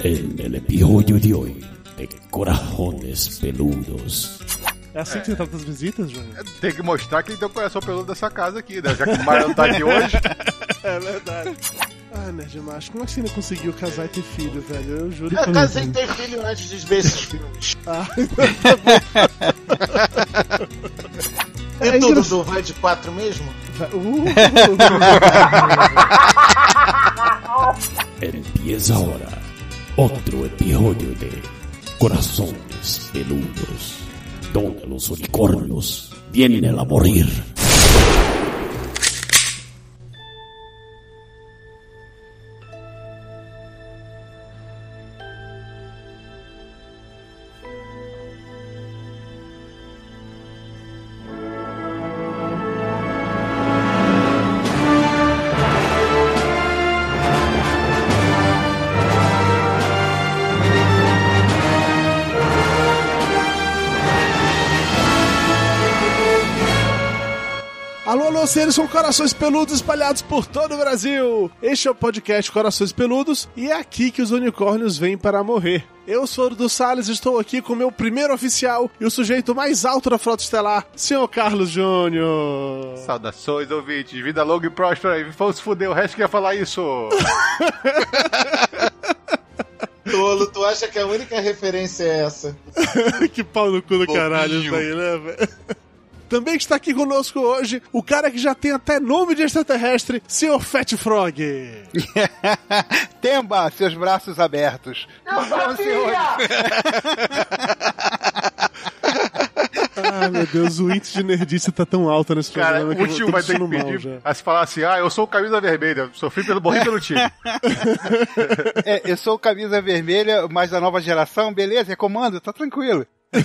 En el episodio de hoy de Corajones Peludos. É assim que você trata as visitas, Júnior? Tem que mostrar quem tem o coração peludo dessa casa aqui, né? Já que o Mario não tá aqui hoje. É verdade. Ah, Nerd Macho, como é que você não conseguiu casar e ter filho, velho? Eu juro que eu casei e ter filho antes de ver esses filmes. Ah, tá bom. E tudo, Dudu, vai de 4 mesmo? Empieza ahora otro episodio de Corazones Peludos, donde los unicornios vienen a morir. Alô, seres com corações peludos espalhados por todo o Brasil! Este é o podcast Corações Peludos e é aqui que os unicórnios vêm para morrer. Eu sou o Dudu Salles e estou aqui com o meu primeiro oficial e o sujeito mais alto da Frota Estelar, Sr. Carlos Júnior. Saudações, ouvintes. Vida longa e próspera. E vamos se fuder, o resto que ia falar isso. Tolo, tu acha que a única referência é essa? Que pau no cu do caralho isso aí, né, velho? Também está aqui conosco hoje o cara que já tem até nome de extraterrestre, Sr. Fat Frog. Temba, seus braços abertos. Não, senhores. Ah, meu Deus, o índice de nerdice tá tão alto nesse programa que o tio vai ter que pedir a se falar assim, eu sou o Camisa Vermelha, morri pelo time. Eu sou o Camisa Vermelha, mas da nova geração, beleza? É comando, tá tranquilo.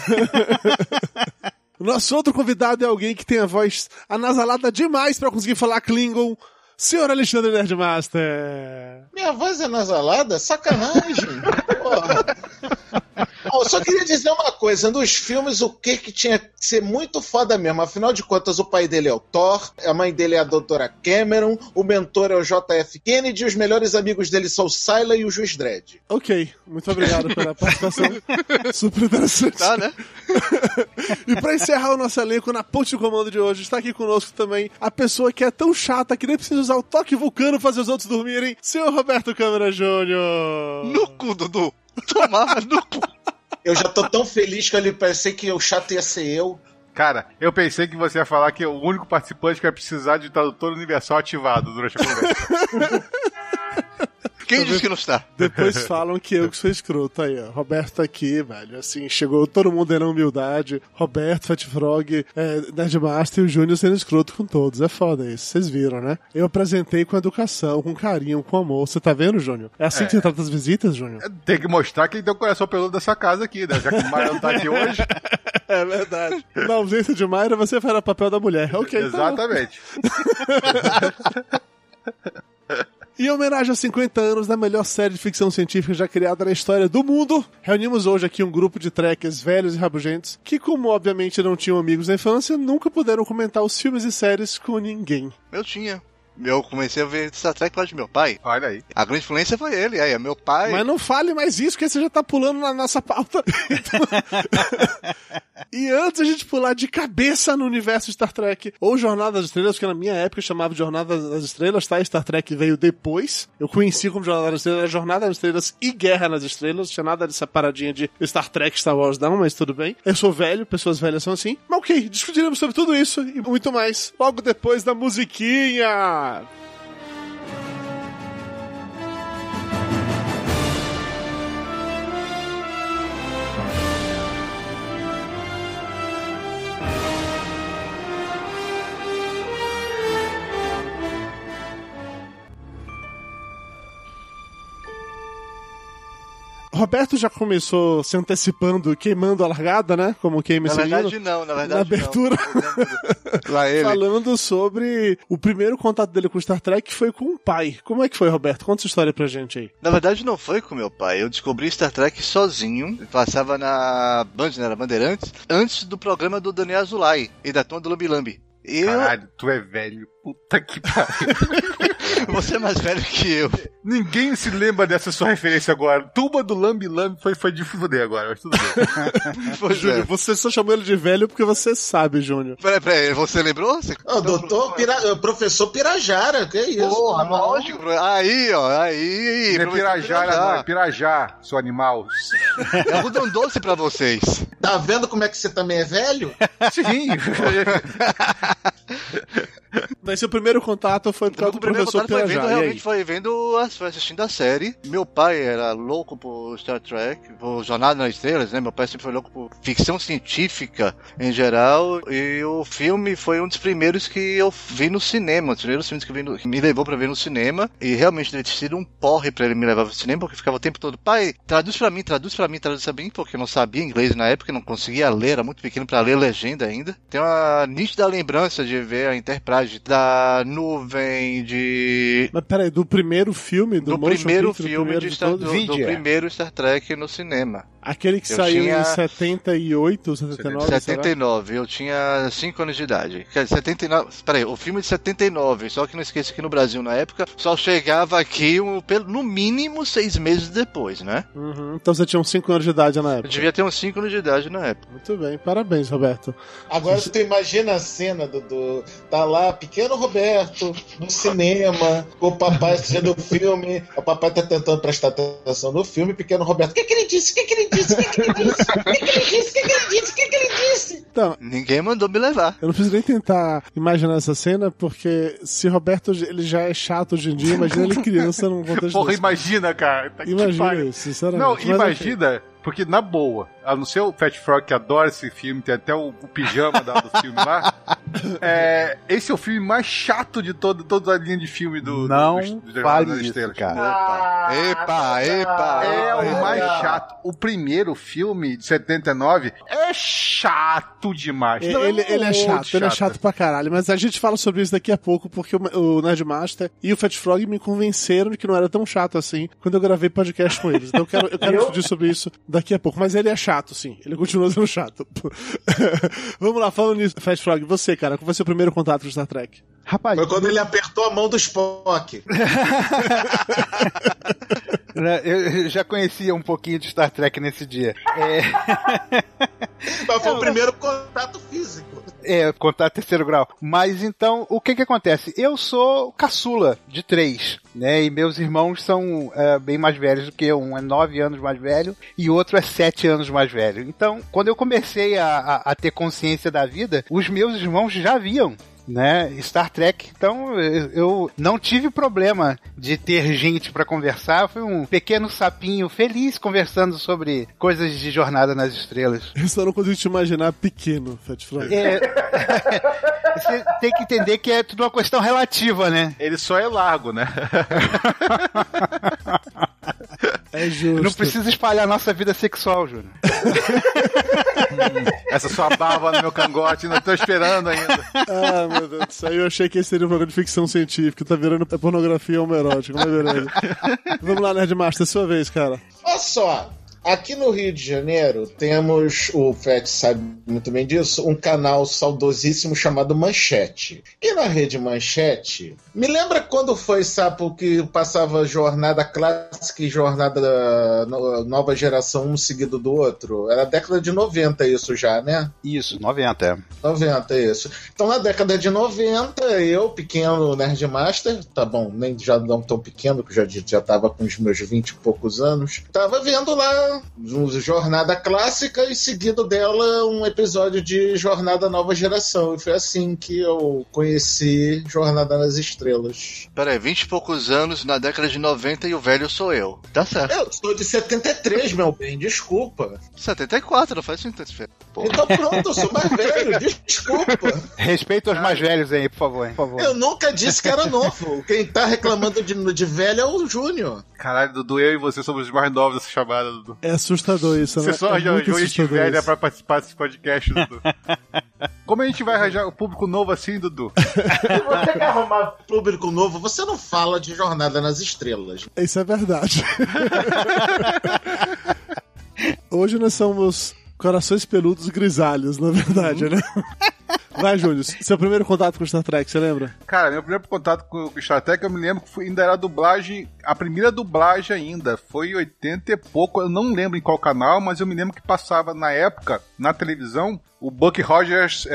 O nosso outro convidado é alguém que tem a voz anasalada demais pra conseguir falar Klingon, Sr. Alexandre Nerdmaster. Minha voz é nasalada? Sacanagem. Porra. Eu só queria dizer uma coisa, nos filmes o que tinha que ser muito foda mesmo, afinal de contas o pai dele é o Thor, a mãe dele é a Doutora Cameron, o mentor é o JF Kennedy e os melhores amigos dele são o Syla e o Juiz Dredd. Ok, muito obrigado pela participação, super interessante. Tá, né? E pra encerrar o nosso elenco na ponte de comando de hoje, está aqui conosco também a pessoa que é tão chata que nem precisa usar o toque vulcano pra fazer os outros dormirem, Sr. Roberto Câmara Júnior. No cu, Dudu. Tomar no cu. Eu já tô tão feliz que eu pensei que o chato ia ser eu. Cara, eu pensei que você ia falar que o único participante que vai precisar de tradutor universal ativado durante a conversa. Quem disse que não está? Depois falam que eu que sou escroto. Aí, ó. Roberto tá aqui, velho. Assim, chegou todo mundo aí na humildade. Roberto, Fat Frog, Nerdmaster e o Júnior sendo escroto com todos. É foda isso. Vocês viram, né? Eu apresentei com educação, com carinho, com amor. Você tá vendo, Júnior? É assim que você trata as visitas, Júnior? Tem que mostrar quem tem o coração peludo dessa casa aqui, né? Já que o Mario não tá aqui hoje. É verdade. Na ausência de Mayra, você fará o papel da mulher. Ok, exatamente. Em homenagem aos 50 anos da melhor série de ficção científica já criada na história do mundo, reunimos hoje aqui um grupo de trekkers velhos e rabugentos que, como obviamente não tinham amigos na infância, nunca puderam comentar os filmes e séries com ninguém. Eu tinha. Eu comecei a ver Star Trek lá de meu pai. Olha aí. A grande influência foi ele, é meu pai. Mas não fale mais isso, que você já tá pulando na nossa pauta. Então... E antes a gente pular de cabeça no universo de Star Trek, ou Jornada das Estrelas, que na minha época chamava de Jornada das Estrelas, tá? Star Trek veio depois. Eu conheci como Jornada das Estrelas, Jornada das Estrelas e Guerra nas Estrelas. Não tinha nada dessa paradinha de Star Trek, Star Wars, não, mas tudo bem. Eu sou velho, pessoas velhas são assim. Mas ok, discutiremos sobre tudo isso e muito mais logo depois da musiquinha. Roberto já começou se antecipando, queimando a largada, né? Como queima esse menino. Na verdade na abertura. Não. Lá ele. Falando sobre o primeiro contato dele com Star Trek, que foi com o pai. Como é que foi, Roberto? Conta essa história pra gente aí. Na verdade não foi com meu pai. Eu descobri Star Trek sozinho. Passava na Band, né? Na Bandeirantes, antes do programa do Daniel Azulay e da Tom do Lambi Lambi. Caralho, tu é velho. Puta que pariu. Você é mais velho que eu. Ninguém se lembra dessa sua referência agora. Turma do Lambi Lambi foi de fuder agora, mas tudo bem. Júnior, você só chamou ele de velho porque você sabe, Júnior. Peraí, você lembrou? Professor Pirajara, que é isso? Porra, lógico. Aí, ó, aí. Não é Pirajara, não, é Pirajá, seu animal. É algodão doce pra vocês. Tá vendo como é que você também é velho? Sim. Mas seu primeiro contato foi por causa do professor Pirajá. Foi assistindo a série. Meu pai era louco por Star Trek, por Jornada nas Estrelas, né? Meu pai sempre foi louco por ficção científica em geral. E o filme foi um dos primeiros que eu vi no cinema. Um dos primeiros filmes que me levou pra ver no cinema. E realmente deve ter sido um porre pra ele me levar pro cinema, porque ficava o tempo todo: pai, traduz pra mim, porque eu não sabia inglês na época, não conseguia ler, era muito pequeno pra ler legenda ainda. Tem uma nítida lembrança de ver a Enterprise da nuvem de... Mas peraí, do primeiro filme? Do primeiro filme do primeiro Star Trek no cinema. Aquele que saiu em 78, 79? 79, será? Eu tinha 5 anos de idade. 79, peraí, o filme de 79, só que não esqueça que no Brasil na época só chegava aqui no mínimo 6 meses depois, né? Uhum, então você tinha uns 5 anos de idade na época? Eu devia ter uns 5 anos de idade na época. Muito bem, parabéns, Roberto. Agora tu imagina a cena tá lá, pequeno Roberto, no cinema, com o papai assistindo o filme, o papai tá tentando prestar atenção no filme, pequeno Roberto, o que ele disse? Então, ninguém mandou me levar. Eu não preciso nem tentar imaginar essa cena, porque se Roberto ele já é chato hoje em dia, imagina ele criança num contexto Porra, desse. imagina, cara. Tá Imagina isso, sinceramente. Não, mas imagina... Porque, na boa, a não ser o Fat Frog, que adora esse filme, tem até o pijama do filme lá, esse é o filme mais chato de toda a linha de filme do Jornada nas Estrelas. Cara. Epa. É o mais chato. O primeiro filme, de 79, é chato demais. Ele é chato, ele é chato pra caralho, mas a gente fala sobre isso daqui a pouco, porque o Nerdmaster e o Fat Frog me convenceram de que não era tão chato assim quando eu gravei podcast com eles. Então eu quero discutir sobre isso daqui a pouco, mas ele é chato, sim. Ele continua sendo chato. Vamos lá, falando nisso, Fat Frog, você, cara, qual foi o seu primeiro contato com Star Trek? Rapaz, foi quando ele apertou a mão do Spock. Eu já conhecia um pouquinho de Star Trek nesse dia. Mas foi o primeiro contato físico. Contato terceiro grau. Mas então, o que acontece? Eu sou caçula de 3, né? E meus irmãos são bem mais velhos do que eu. Um é 9 anos mais velho e o outro é 7 anos mais velho. Então, quando eu comecei a ter consciência da vida, os meus irmãos já viam, né, Star Trek. Então eu não tive problema de ter gente pra conversar. Fui um pequeno sapinho feliz conversando sobre coisas de Jornada nas Estrelas. Eu só não consigo te imaginar pequeno, Fat Frog. Você tem que entender que é tudo uma questão relativa, né? Ele só é largo, né? É justo. Não precisa espalhar nossa vida sexual, Júnior. Essa sua barba no meu cangote, não tô esperando ainda. Ah, meu Deus do céu. Eu achei que esse seria um programa de ficção científica. Tá virando pornografia homoerótica, mas beleza. Vamos lá, Nerdmaster, sua vez, cara. Olha só. Aqui no Rio de Janeiro, temos, o Fett sabe muito bem disso, um canal saudosíssimo chamado Manchete. E na rede Manchete, me lembra quando foi, sapo, que passava Jornada Clássica e Jornada Nova Geração, um seguido do outro? Era década de 90 isso já, né? Isso, 90. 90, isso. Então na década de 90, eu, pequeno Nerdmaster, tá bom, nem já não tão pequeno, que já tava com os meus 20 e poucos anos, tava vendo lá Jornada Clássica e seguido dela um episódio de Jornada Nova Geração. E foi assim que eu conheci Jornada nas Estrelas. Peraí, 20 e poucos anos na década de 90 e o velho sou eu. Tá certo. Eu sou de 73, meu bem, desculpa. 74, não faz sentido. Então pronto, eu sou mais velho, desculpa. Respeita os mais velhos aí, por favor. Eu nunca disse que era novo. Quem tá reclamando de velho é o Júnior. Caralho, Dudu, eu e você somos os mais novos dessa chamada, Dudu. É assustador isso, né? Você só arranjou gente velha pra participar desse podcast, Dudu. Como a gente vai arranjar o público novo assim, Dudu? Se você quer arrumar público novo, você não fala de Jornada nas Estrelas. Isso é verdade. Hoje nós somos corações peludos grisalhos, na verdade, né? Vai, Júlio, seu primeiro contato com Star Trek, você lembra? Cara, meu primeiro contato com o Star Trek, eu me lembro que ainda era a dublagem, a primeira dublagem ainda, foi em 80 e pouco, eu não lembro em qual canal, mas eu me lembro que passava na época, na televisão, o Buck Rogers...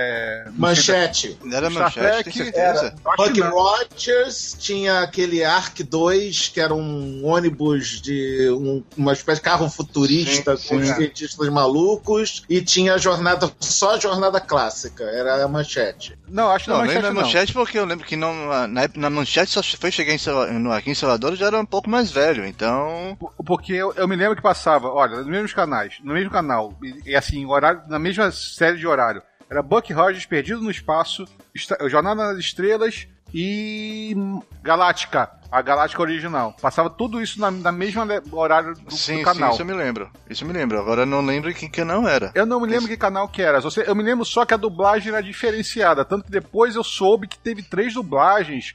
Manchete. Era Manchete, tem certeza? Buck Rogers tinha aquele Ark 2, que era um ônibus de uma espécie de carro futurista com os cientistas malucos, e tinha só a jornada clássica, era a Manchete. Não, acho que não, lembro da Manchete porque eu lembro que na Manchete só foi chegar aqui em Salvador, eu já era um pouco mais velho, então... Porque eu me lembro que passava, olha, nos mesmos canais, no mesmo canal, e assim, horário, na mesma série de horário, era Buck Rogers Perdido no Espaço, Jornada nas Estrelas e Galáctica, a Galáctica original. Passava tudo isso na mesma horário do canal. Sim, isso eu me lembro. Agora eu não lembro que canal era. Eu não me lembro que canal que era. Eu me lembro só que a dublagem era diferenciada. Tanto que depois eu soube que teve 3 dublagens.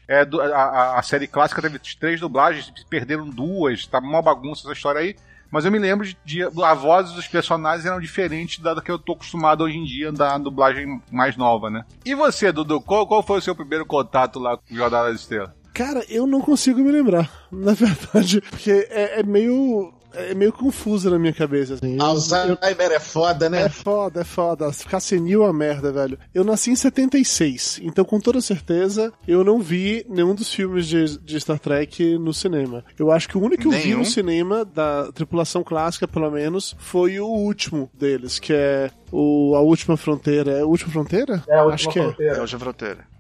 A série clássica teve 3 dublagens, perderam 2. Tá uma bagunça essa história aí. Mas eu me lembro de a voz dos personagens eram diferentes da que eu tô acostumado hoje em dia da dublagem mais nova, né? E você, Dudu, qual foi o seu primeiro contato lá com o Jornada das Estrelas? Cara, eu não consigo me lembrar, na verdade, porque é meio confuso na minha cabeça, assim. Alzheimer é foda, né? É foda. Ficar senil é uma merda, velho. Eu nasci em 76, então com toda certeza eu não vi nenhum dos filmes de Star Trek no cinema. Eu acho que o único que eu vi no cinema, da tripulação clássica, pelo menos, foi o último deles, que é A Última Fronteira. É A Última Fronteira? É A Última acho Fronteira. Que é A Última Fronteira.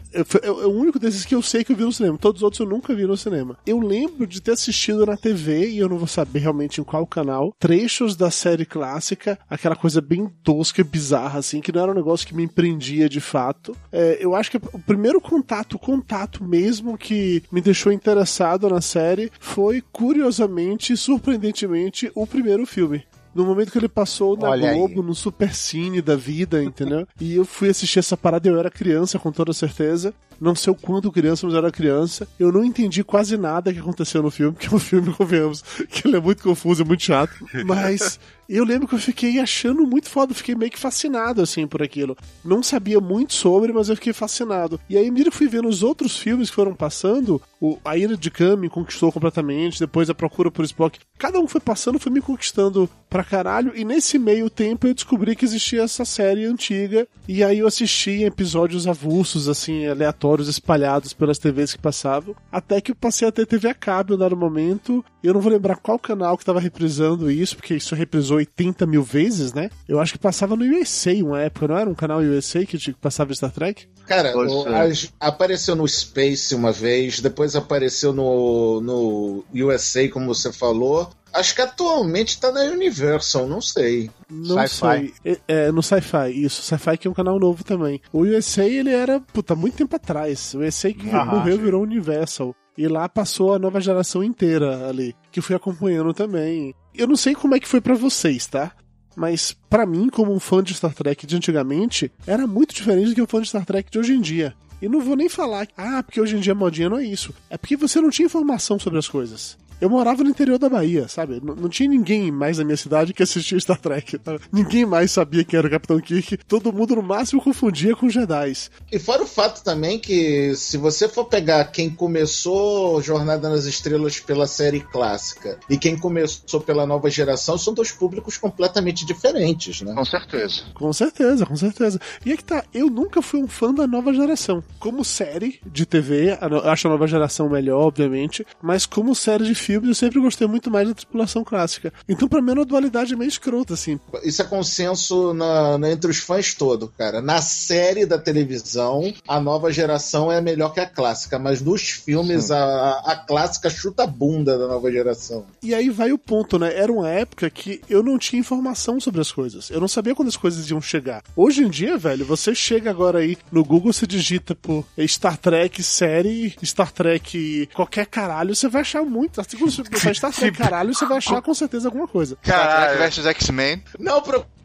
É o único desses que eu sei que eu vi no cinema. Todos os outros eu nunca vi no cinema. Eu lembro de ter assistido na TV, e eu não vou saber realmente em qual canal, trechos da série clássica, aquela coisa bem tosca e bizarra, assim, que não era um negócio que me empreendia de fato. Eu acho que o primeiro contato mesmo que me deixou interessado na série foi, curiosamente e surpreendentemente, o primeiro filme. No momento que ele passou na Globo, no Supercine da vida, entendeu? E eu fui assistir essa parada, eu era criança, com toda certeza. Não sei o quanto criança, mas eu era criança. Eu não entendi quase nada que aconteceu no filme, porque o filme, convenhamos, que ele é muito confuso, é muito chato. Mas eu lembro que eu fiquei achando muito foda, fiquei meio que fascinado, assim, por aquilo. Não sabia muito sobre, mas eu fiquei fascinado. E aí, à medida que fui vendo os outros filmes que foram passando, A Ira de Khan me conquistou completamente, depois A Procura por Spock. Cada um foi passando, foi me conquistando pra caralho, e nesse meio tempo eu descobri que existia essa série antiga, e aí eu assisti episódios avulsos, assim, aleatórios, espalhados pelas TVs que passavam, até que eu passei a ter TV a cabo em um dado momento. Eu não vou lembrar qual canal que tava reprisando isso, porque isso reprisou 80 mil vezes, né? Eu acho que passava no USA uma época, não era um canal USA que passava Star Trek? Cara, apareceu no Space uma vez, depois apareceu no USA, como você falou. Acho que atualmente tá na Universal, não sei. Não sei. No Sci-Fi, isso. Sci-Fi que é um canal novo também. O USA, ele era, muito tempo atrás. O USA que morreu virou Universal. E lá passou a nova geração inteira ali, que eu fui acompanhando também. Eu não sei como é que foi pra vocês, tá? Mas pra mim, como um fã de Star Trek de antigamente, era muito diferente do que um fã de Star Trek de hoje em dia. E não vou nem falar, porque hoje em dia modinha, não é isso. É porque você não tinha informação sobre as coisas. Eu morava no interior da Bahia, sabe? Não tinha ninguém mais na minha cidade que assistia Star Trek. Tá? Ninguém mais sabia quem era o Capitão Kirk. Todo mundo, no máximo, confundia com Jedis. E fora o fato também que, se você for pegar quem começou Jornada nas Estrelas pela série clássica e quem começou pela nova geração, são 2 públicos completamente diferentes, né? Com certeza. Com certeza. E é que tá, eu nunca fui um fã da nova geração. Como série de TV, eu acho a nova geração melhor, obviamente, mas como série de filmes, eu sempre gostei muito mais da tripulação clássica. Então, pra mim, é uma dualidade meio escrota, assim. Isso é consenso entre os fãs todos, cara. Na série da televisão, a nova geração é melhor que a clássica, mas nos filmes, a clássica chuta a bunda da nova geração. E aí vai o ponto, né? Era uma época que eu não tinha informação sobre as coisas. Eu não sabia quando as coisas iam chegar. Hoje em dia, velho, você chega agora aí no Google, você digita por Star Trek série, Star Trek qualquer caralho, você vai achar muito. Assim, quando você Star Trek caralho, você vai achar com certeza alguma coisa. Star Trek vs X-Men. Não procure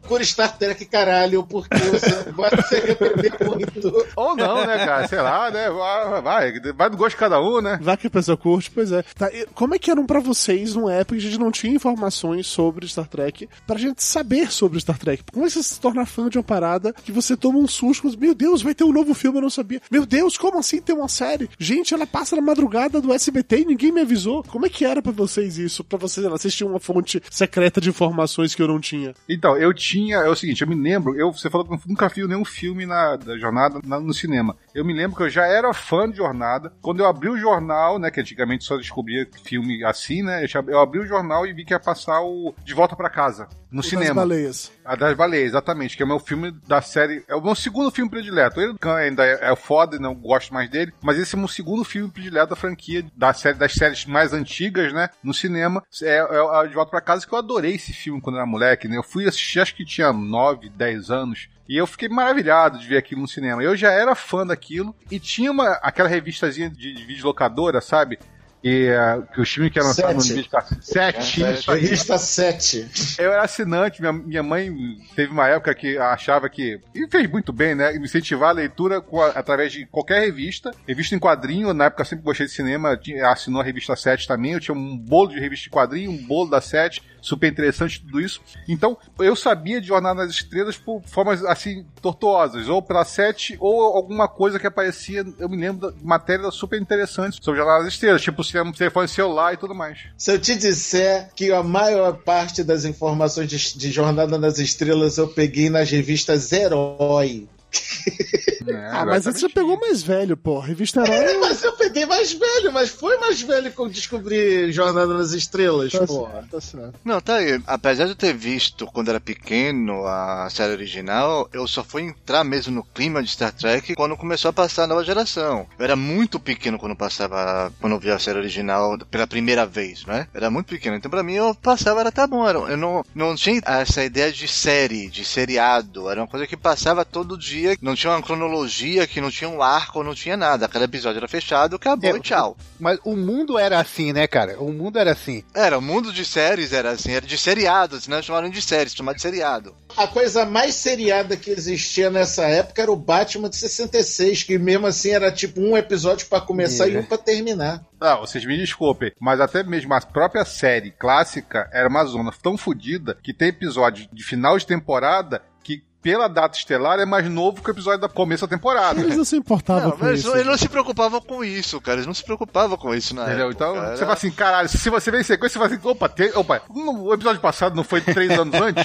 Procure Star Trek, caralho, porque você vai se arrepender muito. Ou não, né, cara? Sei lá, né? Vai do gosto de cada um, né? Vai que a pessoa curte, pois é. Tá, como é que eram pra vocês numa época que a gente não tinha informações sobre Star Trek, pra gente saber sobre Star Trek? Como é que você se torna fã de uma parada que você toma um susto, meu Deus, vai ter um novo filme, eu não sabia. Meu Deus, como assim tem uma série? Gente, ela passa na madrugada do SBT e ninguém me avisou. Como é que era pra vocês isso? Pra vocês assistir uma fonte secreta de informações que eu não tinha? Então, é o seguinte, eu me lembro, você falou que eu nunca vi nenhum filme da Jornada no cinema. Eu me lembro que eu já era fã de Jornada. Quando eu abri o jornal, né, que antigamente só descobria filme assim, né, eu abri o jornal e vi que ia passar o De Volta pra Casa, no cinema. Das Baleias. A das Baleias, exatamente, que é o meu filme da série, é o meu segundo filme predileto. Ele ainda é foda, não gosto mais dele, mas esse é o meu segundo filme predileto da franquia, das séries mais antigas, né, no cinema. É De Volta pra Casa, que eu adorei esse filme quando era moleque, né, eu fui assistir, acho que tinha 9, 10 anos, e eu fiquei maravilhado de ver aquilo no cinema. Eu já era fã daquilo, e tinha aquela revistazinha de videolocadora, sabe? Que os filmes que eram lançados no vídeo 7. Revista 7. Eu era assinante, minha mãe teve uma época que achava que, e fez muito bem, né, incentivar a leitura através de qualquer revista em quadrinho. Na época eu sempre gostei de cinema, assinou a revista 7 também, eu tinha um bolo de revista de quadrinho, um bolo da 7, super interessante tudo isso. Então, eu sabia de Jornada nas Estrelas por formas, assim, tortuosas, ou pela 7, ou alguma coisa que aparecia, eu me lembro de matérias super interessantes sobre Jornada nas Estrelas, tipo telefone celular e tudo mais. Se eu te disser que a maior parte das informações de Jornada nas Estrelas eu peguei nas revistas Herói. Mas você pegou mais velho, pô. Revista Herói. Mas eu peguei mais velho, mas foi mais velho que eu descobri Jornada nas Estrelas, pô. Tá certo. Não, tá aí. Apesar de eu ter visto quando era pequeno a série original, eu só fui entrar mesmo no clima de Star Trek quando começou a passar a nova geração. Eu era muito pequeno quando eu vi a série original pela primeira vez, né? Era muito pequeno. Então pra mim eu passava, era tá bom. Eu não tinha essa ideia de série, de seriado. Era uma coisa que passava todo dia. Não tinha uma cronologia, que não tinha um arco, não tinha nada. Aquele episódio era fechado, acabou e tchau. Mas o mundo era assim, né, cara? O mundo era assim. O mundo de séries era assim, era de seriados, né? Chamaram de séries, chamaram de seriado. A coisa mais seriada que existia nessa época era o Batman de 66, que mesmo assim era tipo um episódio pra começar e um pra terminar. Vocês me desculpem, mas até mesmo a própria série clássica era uma zona tão fodida que tem episódio de final de temporada que pela data estelar é mais novo que o episódio da começo da temporada. Eles não se importavam com isso. Eles não se preocupavam com isso, cara. Eles não se preocupavam com isso na Entendeu? época. Então, você fala assim, caralho, se você vem em sequência, você fala assim, opa, o episódio passado não foi 3 anos antes?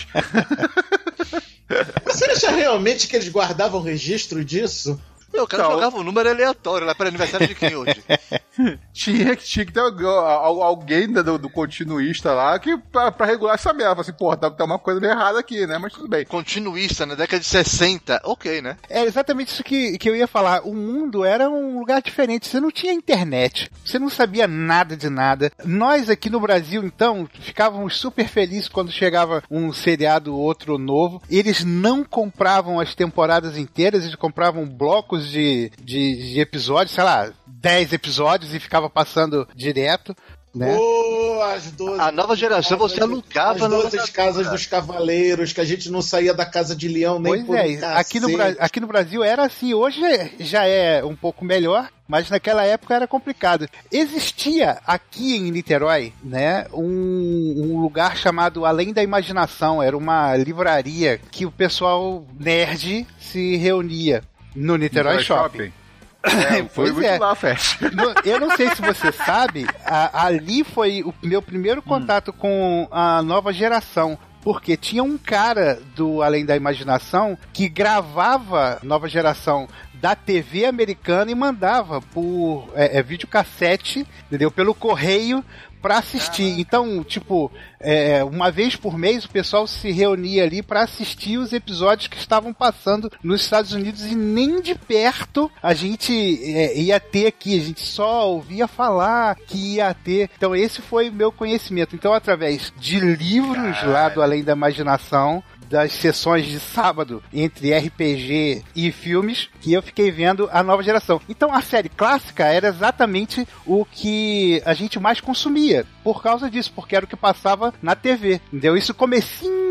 Você acha realmente que eles guardavam registro disso? O cara jogava um número aleatório lá para aniversário de quem hoje? Tinha que ter alguém do continuista lá que pra regular essa merda. Assim, porra, tá uma coisa meio errada aqui, né? Mas tudo bem. Continuista, na década de 60, ok, né? É exatamente isso que eu ia falar. O mundo era um lugar diferente. Você não tinha internet. Você não sabia nada de nada. Nós aqui no Brasil, então, ficávamos super felizes quando chegava um seriado ou outro novo. Eles não compravam as temporadas inteiras, eles compravam blocos de episódios, sei lá, 10 episódios e ficava passando direto, né? As 12 a nova geração você alugava as 12 casas dos cavaleiros, que a gente não saía da casa de leão nem por um aqui no Brasil era assim. Hoje já é um pouco melhor, mas naquela época era complicado. Existia aqui em Niterói, né, um lugar chamado Além da Imaginação. Era uma livraria que o pessoal nerd se reunia no Niterói Shopping. Foi muito lá a festa. Eu não sei se você sabe, ali foi o meu primeiro contato com a nova geração. Porque tinha um cara do Além da Imaginação que gravava Nova Geração da TV americana e mandava por videocassete, entendeu? Pelo correio pra assistir. Então, tipo, uma vez por mês o pessoal se reunia ali pra assistir os episódios que estavam passando nos Estados Unidos e nem de perto a gente ia ter aqui. A gente só ouvia falar que ia ter. Então esse foi o meu conhecimento. Então, através de livros lá do Além da Imaginação, das sessões de sábado entre RPG e filmes, que eu fiquei vendo a nova geração. Então a série clássica era exatamente o que a gente mais consumia, por causa disso, porque era o que passava na TV, entendeu? Isso comecinho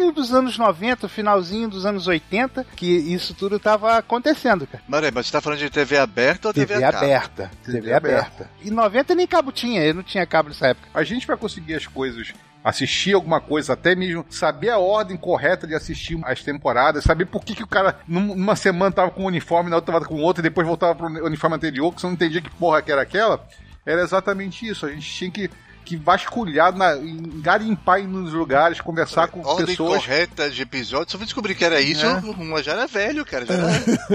meio dos anos 90, finalzinho dos anos 80, que isso tudo tava acontecendo, cara. Mas você tá falando de TV aberta ou TV a cabo? Aberta. TV aberta. Em 90 nem cabo tinha, eu não tinha cabo nessa época. A gente vai conseguir as coisas, assistir alguma coisa, até mesmo saber a ordem correta de assistir as temporadas, saber por que o cara numa semana tava com um uniforme, na outra tava com outro, e depois voltava pro uniforme anterior, que você não entendia que porra que era aquela. Era exatamente isso. A gente tinha que vasculhar, garimpar nos lugares, conversar com ordem pessoas. Ordem correta de episódios. Só fui descobrir que era isso, uma já era velho, cara. Já era...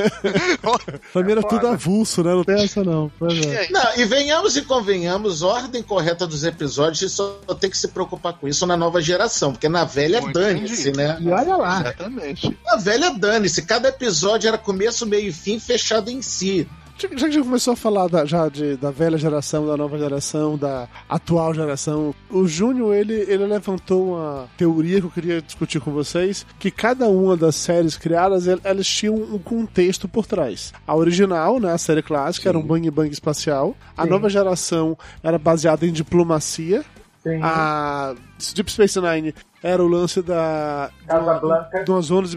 Pra mim era tudo avulso, né? Não tem essa não. Não, e venhamos e convenhamos, ordem correta dos episódios, só tem que se preocupar com isso na nova geração, porque na velha dane-se, né? E olha lá. Exatamente. Na velha dane-se, cada episódio era começo, meio e fim, fechado em si. Já que a gente começou a falar da velha geração, da nova geração, da atual geração, o Júnior, ele levantou uma teoria que eu queria discutir com vocês, que cada uma das séries criadas, elas tinham um contexto por trás. A original, né, a série clássica, era um bang-bang espacial. A nova geração era baseada em diplomacia. A Deep Space Nine era o lance de uma zona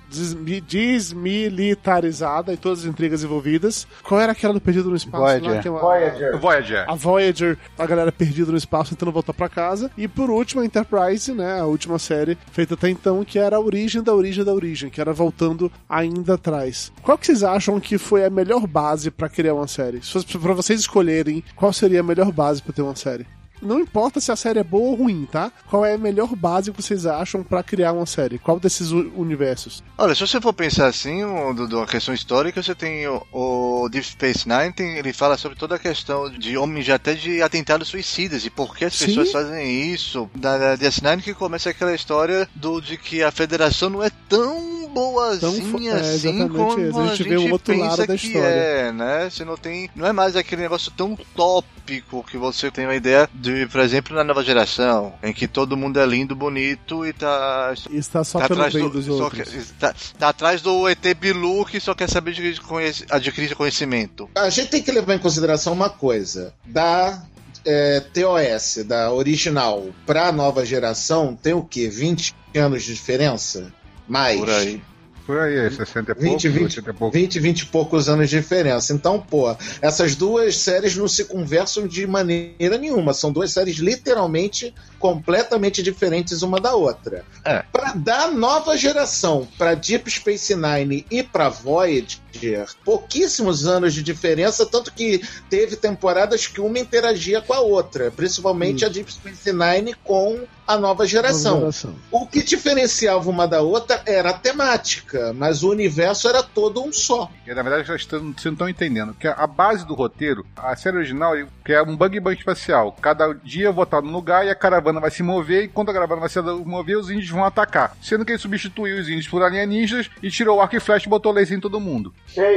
desmilitarizada e todas as intrigas envolvidas. Qual era aquela do Perdido no Espaço? Voyager. A Voyager, a galera perdida no espaço tentando voltar pra casa. E por último, a Enterprise, né? A última série feita até então, que era a origem da origem da origem, que era voltando ainda atrás. Qual que vocês acham que foi a melhor base pra criar uma série? Se fosse pra vocês escolherem, qual seria a melhor base pra ter uma série? Não importa se a série é boa ou ruim, tá? Qual é a melhor base que vocês acham pra criar uma série? Qual desses universos? Olha, se você for pensar assim, de uma questão histórica, você tem o Deep Space Nine, ele fala sobre toda a questão de homens até de atentados suicidas e por que as pessoas fazem isso. Da DS9 que começa aquela história de que a Federação não é tão boazinha assim como a gente vê o outro lado da história. Né? Você não é mais aquele negócio tão tópico que você tem uma ideia de, por exemplo, na nova geração, em que todo mundo é lindo, bonito e está só pelo bem dos outros. Tá atrás do ET Bilu que só quer saber de adquirir conhecimento. A gente tem que levar em consideração uma coisa. Da TOS, da original pra nova geração, tem o quê? 20 anos de diferença? Mais. Por aí, 60 e poucos, 80 e poucos. 20 e poucos anos de diferença. Então, pô, essas duas séries não se conversam de maneira nenhuma. São duas séries literalmente completamente diferentes uma da outra. Pra dar nova geração pra Deep Space Nine e pra Voyager, pouquíssimos anos de diferença, tanto que teve temporadas que uma interagia com a outra, principalmente a Deep Space Nine com a nova geração. O que diferenciava uma da outra era a temática, mas o universo era todo um só. E, na verdade, vocês não estão entendendo que a base do roteiro, a série original, que é um bang-bang espacial. Cada dia vou estar num lugar e a caravana vai se mover, e quando a caravana vai se mover, os índios vão atacar. Sendo que ele substituiu os índios por alienígenas e tirou o arco e flecha e botou laser em todo mundo.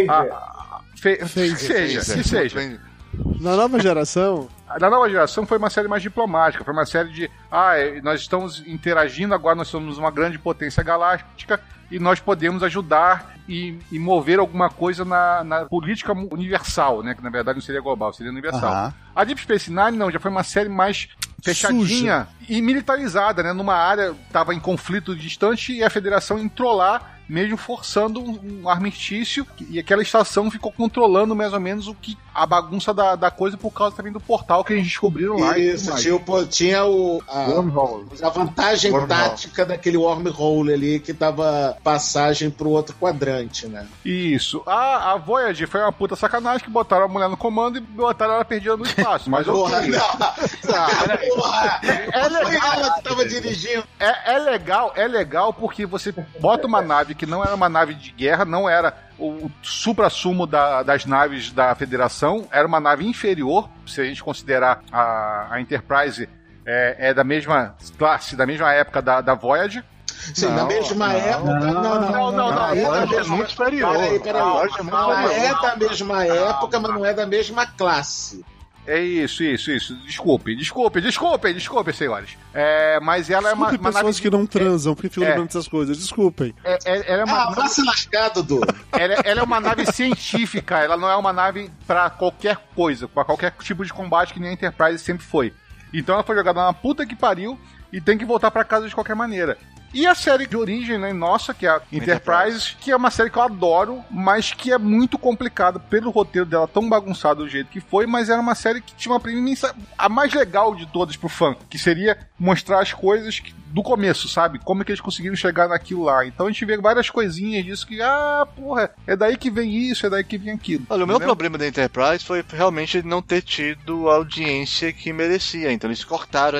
Seja. Na nova geração... Na nova geração foi uma série mais diplomática, foi uma série de nós estamos interagindo, agora nós somos uma grande potência galáctica e nós podemos ajudar e mover alguma coisa na política universal, né? Que na verdade não seria global, seria universal. A Deep Space Nine não, já foi uma série mais fechadinha e militarizada, né? Numa área estava em conflito distante e a Federação entrou lá, mesmo forçando um armistício, e aquela estação ficou controlando mais ou menos a bagunça da coisa por causa também do portal que eles descobriram lá. Isso, tinha a vantagem tática daquele wormhole ali que dava passagem pro outro quadrante, né? Isso. A Voyager foi uma puta sacanagem que botaram a mulher no comando e botaram ela perdida no espaço. Mas porra, é legal ela que tava dirigindo. É legal porque você bota uma nave que não era uma nave de guerra, não era o supra-sumo das naves da Federação, era uma nave inferior, se a gente considerar a Enterprise é da mesma classe, da mesma época da Voyager. Sim, na mesma época. Não. É muito superior. Ela é da mesma época, mas não é da mesma classe. É isso. Desculpe, senhores. Mas ela é uma pessoas nave que não transam, porque ficam lembrando essas coisas. Desculpem. Ela é uma vai se lascar, Dudu. Ela é uma nave científica, ela não é uma nave pra qualquer coisa, pra qualquer tipo de combate que nem a Enterprise sempre foi. Então ela foi jogada na puta que pariu e tem que voltar pra casa de qualquer maneira. E a série de origem, né, nossa, que é a Enterprise, que é uma série que eu adoro, mas que é muito complicada pelo roteiro dela tão bagunçado do jeito que foi, mas era uma série que tinha uma premissa a mais legal de todas pro fã, que seria mostrar as coisas do começo, sabe? Como é que eles conseguiram chegar naquilo lá. Então a gente vê várias coisinhas disso que, porra, é daí que vem isso, é daí que vem aquilo. Olha, o meu problema da Enterprise foi realmente não ter tido a audiência que merecia. Então eles cortaram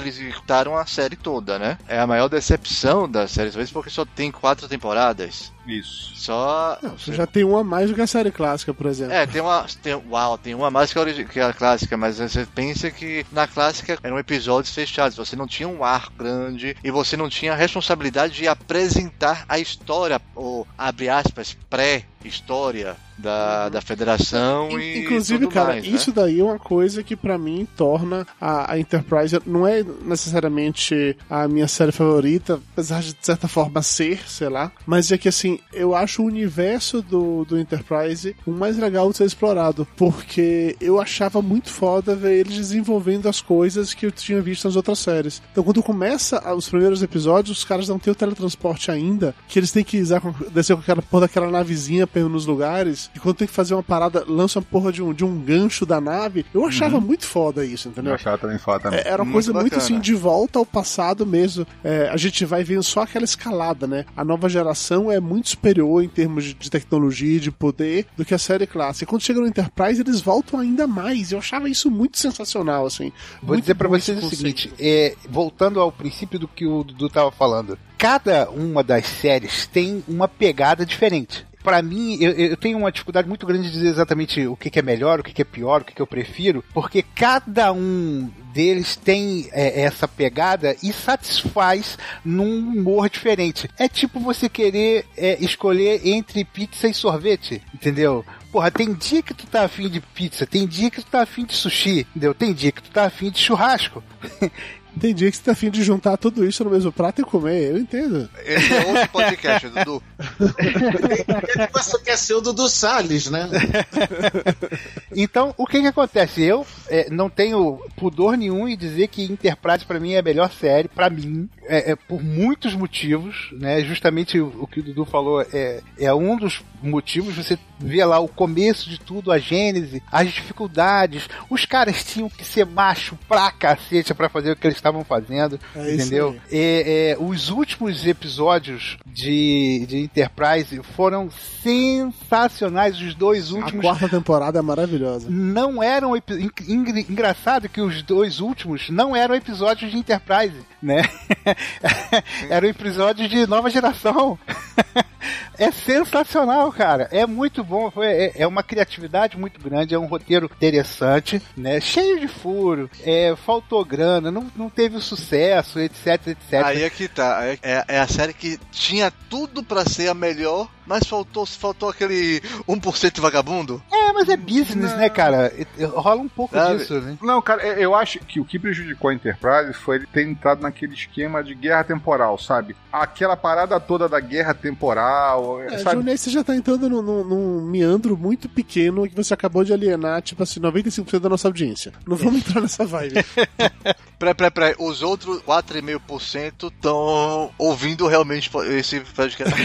a série toda, né? É a maior decepção da série, talvez porque só tem 4 temporadas. Isso. Só... Não, você já tem uma a mais do que a série clássica, por exemplo. Tem uma a mais que a clássica, mas você pensa que na clássica eram episódios fechados, você não tinha um ar grande e você não tinha a responsabilidade de apresentar a história, ou, abre aspas, pré-história da Federação e inclusive, tudo cara, mais, isso né? daí é uma coisa que pra mim torna a Enterprise, não é necessariamente a minha série favorita, apesar de certa forma ser, sei lá, mas é que assim, eu acho o universo do Enterprise o mais legal de ser explorado, porque eu achava muito foda ver eles desenvolvendo as coisas que eu tinha visto nas outras séries. Então quando começa os primeiros episódios, os caras não têm o teletransporte ainda, que eles têm que descer com aquela porra daquela navezinha pra ir nos lugares, e quando tem que fazer uma parada, lança uma porra de um gancho da nave. Eu achava muito foda isso, entendeu? Eu achava também foda também. Era uma coisa muito assim, de volta ao passado mesmo. A gente vai vendo só aquela escalada, né? A nova geração é muito superior em termos de tecnologia e de poder do que a série clássica. E quando chega no Enterprise, eles voltam ainda mais. Eu achava isso muito sensacional, assim. Vou dizer pra vocês o seguinte, voltando ao princípio do que o Dudu tava falando, cada uma das séries tem uma pegada diferente. Pra mim, eu tenho uma dificuldade muito grande de dizer exatamente o que é melhor, o que é pior, o que eu prefiro, porque cada um deles tem essa pegada e satisfaz num humor diferente. É tipo você querer escolher entre pizza e sorvete, entendeu? Porra, tem dia que tu tá afim de pizza, tem dia que tu tá afim de sushi, entendeu? Tem dia que tu tá afim de churrasco. Tem dia que você tá afim de juntar tudo isso no mesmo prato e comer, eu entendo. Esse é outro podcast, Dudu. Você quer ser o Dudu Salles, né? Então, o que acontece? Eu não tenho pudor nenhum em dizer que Enterprise pra mim é a melhor série, pra mim, por muitos motivos, né? Justamente o que o Dudu falou é um dos motivos. Você vê lá o começo de tudo, a gênese, as dificuldades, os caras tinham que ser macho pra cacete pra fazer o que eles estavam fazendo, entendeu? Os últimos episódios de Enterprise foram sensacionais, os 2 últimos. A 4ª temporada é maravilhosa. Não eram engraçado que os 2 últimos não eram episódios de Enterprise, né? Eram episódios de nova geração. É sensacional, cara. É muito bom. É uma criatividade muito grande. É um roteiro interessante, né? Cheio de furo. Faltou grana. Não teve o sucesso, etc. Aí é que tá. É a série que tinha tudo pra ser a melhor, mas faltou aquele 1% vagabundo. Mas é business, né, cara? Rola um pouco disso, né? Não, cara, eu acho que o que prejudicou a Enterprise foi ele ter entrado naquele esquema de guerra temporal, sabe? Aquela parada toda da guerra temporal, sabe? Júnior, você já tá entrando num meandro muito pequeno que você acabou de alienar, tipo assim, 95% da nossa audiência. Não vamos entrar nessa vibe. Peraí, os outros 4,5% estão ouvindo realmente esse podcast.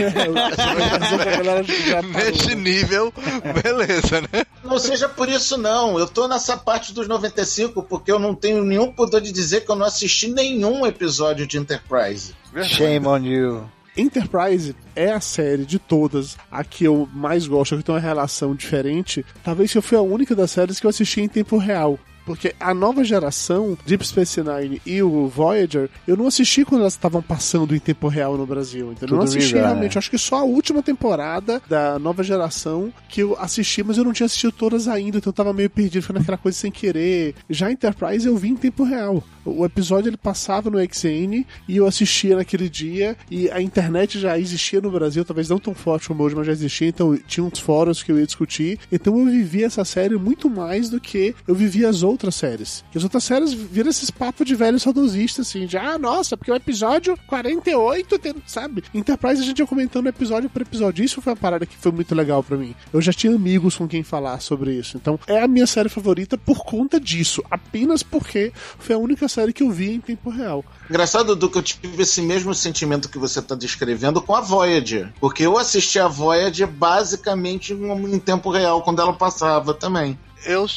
Nesse nível, beleza, né? Não seja por isso, não. Eu tô nessa parte dos 95 porque eu não tenho nenhum poder de dizer que eu não assisti nenhum episódio de Enterprise. Shame on you. Enterprise é a série de todas a que eu mais gosto, que tem uma relação diferente. Talvez eu fui a única das séries que eu assisti em tempo real. Porque a nova geração, Deep Space Nine e o Voyager, eu não assisti quando elas estavam passando em tempo real no Brasil, entendeu? Eu não assisti realmente, acho que só a última temporada da nova geração que eu assisti, mas eu não tinha assistido todas ainda, então eu tava meio perdido, ficando naquela coisa sem querer. Já Enterprise eu vi em tempo real. O episódio ele passava no XN e eu assistia naquele dia, e a internet já existia no Brasil, talvez não tão forte como hoje, mas já existia, então tinha uns fóruns que eu ia discutir. Então eu vivi essa série muito mais do que eu vivi as outras outras séries. E as outras séries viram esses papos de velho saudosista, assim, de nossa, porque o episódio 48, sabe? Enterprise a gente ia comentando episódio por episódio. Isso foi uma parada que foi muito legal pra mim. Eu já tinha amigos com quem falar sobre isso. Então, é a minha série favorita por conta disso. Apenas porque foi a única série que eu vi em tempo real. Engraçado, Dudu, que eu tive esse mesmo sentimento que você tá descrevendo com a Voyager. Porque eu assisti a Voyager basicamente em tempo real, quando ela passava também. Eu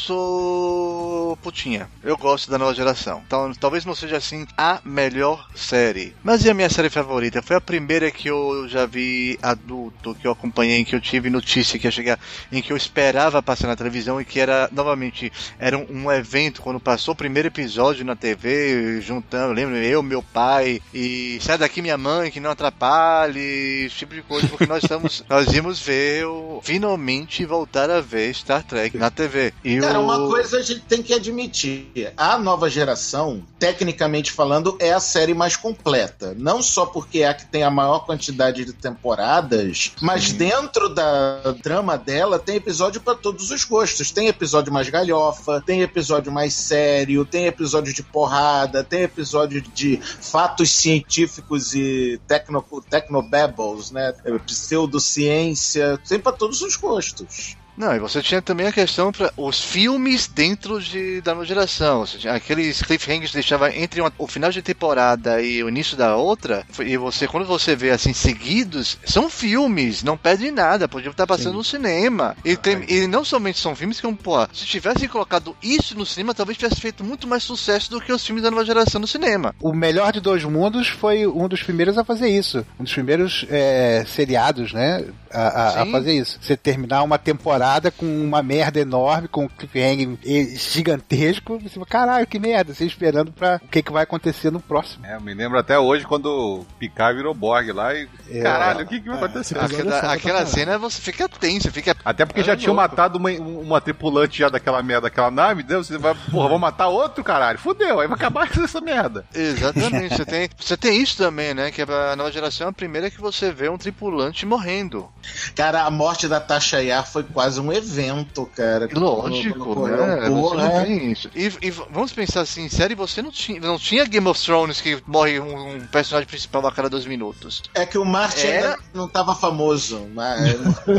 sou putinha. Eu gosto da nova geração. Então, talvez não seja assim a melhor série. Mas e a minha série favorita? Foi a primeira que eu já vi adulto, que eu acompanhei, em que eu tive notícia que ia chegar, em que eu esperava passar na televisão e que era, novamente, era um evento quando passou o primeiro episódio na TV, juntando, lembro, eu, meu pai, e sai daqui minha mãe, que não atrapalhe, esse tipo de coisa, porque nós íamos ver, finalmente voltar a ver Star Trek na TV. Cara, uma coisa a gente tem que admitir. A nova geração, tecnicamente falando, é a série mais completa. Não só porque é a que tem a maior quantidade de temporadas, mas dentro da trama dela tem episódio para todos os gostos. Tem episódio mais galhofa, tem episódio mais sério, tem episódio de porrada, tem episódio de fatos científicos e technobabbles, né? Pseudociência, tem para todos os gostos. Não, e você tinha também a questão para os filmes dentro da nova geração. Ou seja, aqueles cliffhangers que deixavam entre o final de temporada e o início da outra. E quando você vê assim seguidos, são filmes, não perde nada, podiam estar passando no cinema. E não somente são filmes que, se tivessem colocado isso no cinema, talvez tivesse feito muito mais sucesso do que os filmes da nova geração no cinema. O Melhor de Dois Mundos foi um dos primeiros a fazer isso. Um dos primeiros seriados, né? A fazer isso. Você terminar uma temporada com uma merda enorme, com um cliffhanger gigantesco, você fala, caralho, que merda, você esperando pra o que vai acontecer no próximo. Eu me lembro até hoje quando o Picard virou Borg lá e caralho, o que vai acontecer? Aquela cena você fica tenso, até porque já tinham matado uma tripulante já daquela nave, você vai, vou matar outro, caralho, fudeu, aí vai acabar com essa merda. Exatamente, você tem isso também, né, que a nova geração é a primeira que você vê um tripulante morrendo. Cara, a morte da Tasha Yar foi quase um evento, cara. Lógico, né? Você não tem isso. E vamos pensar assim, série, você não tinha Game of Thrones que morre um personagem principal a cada 2 minutos. É que o Martin ainda não tava famoso, mas...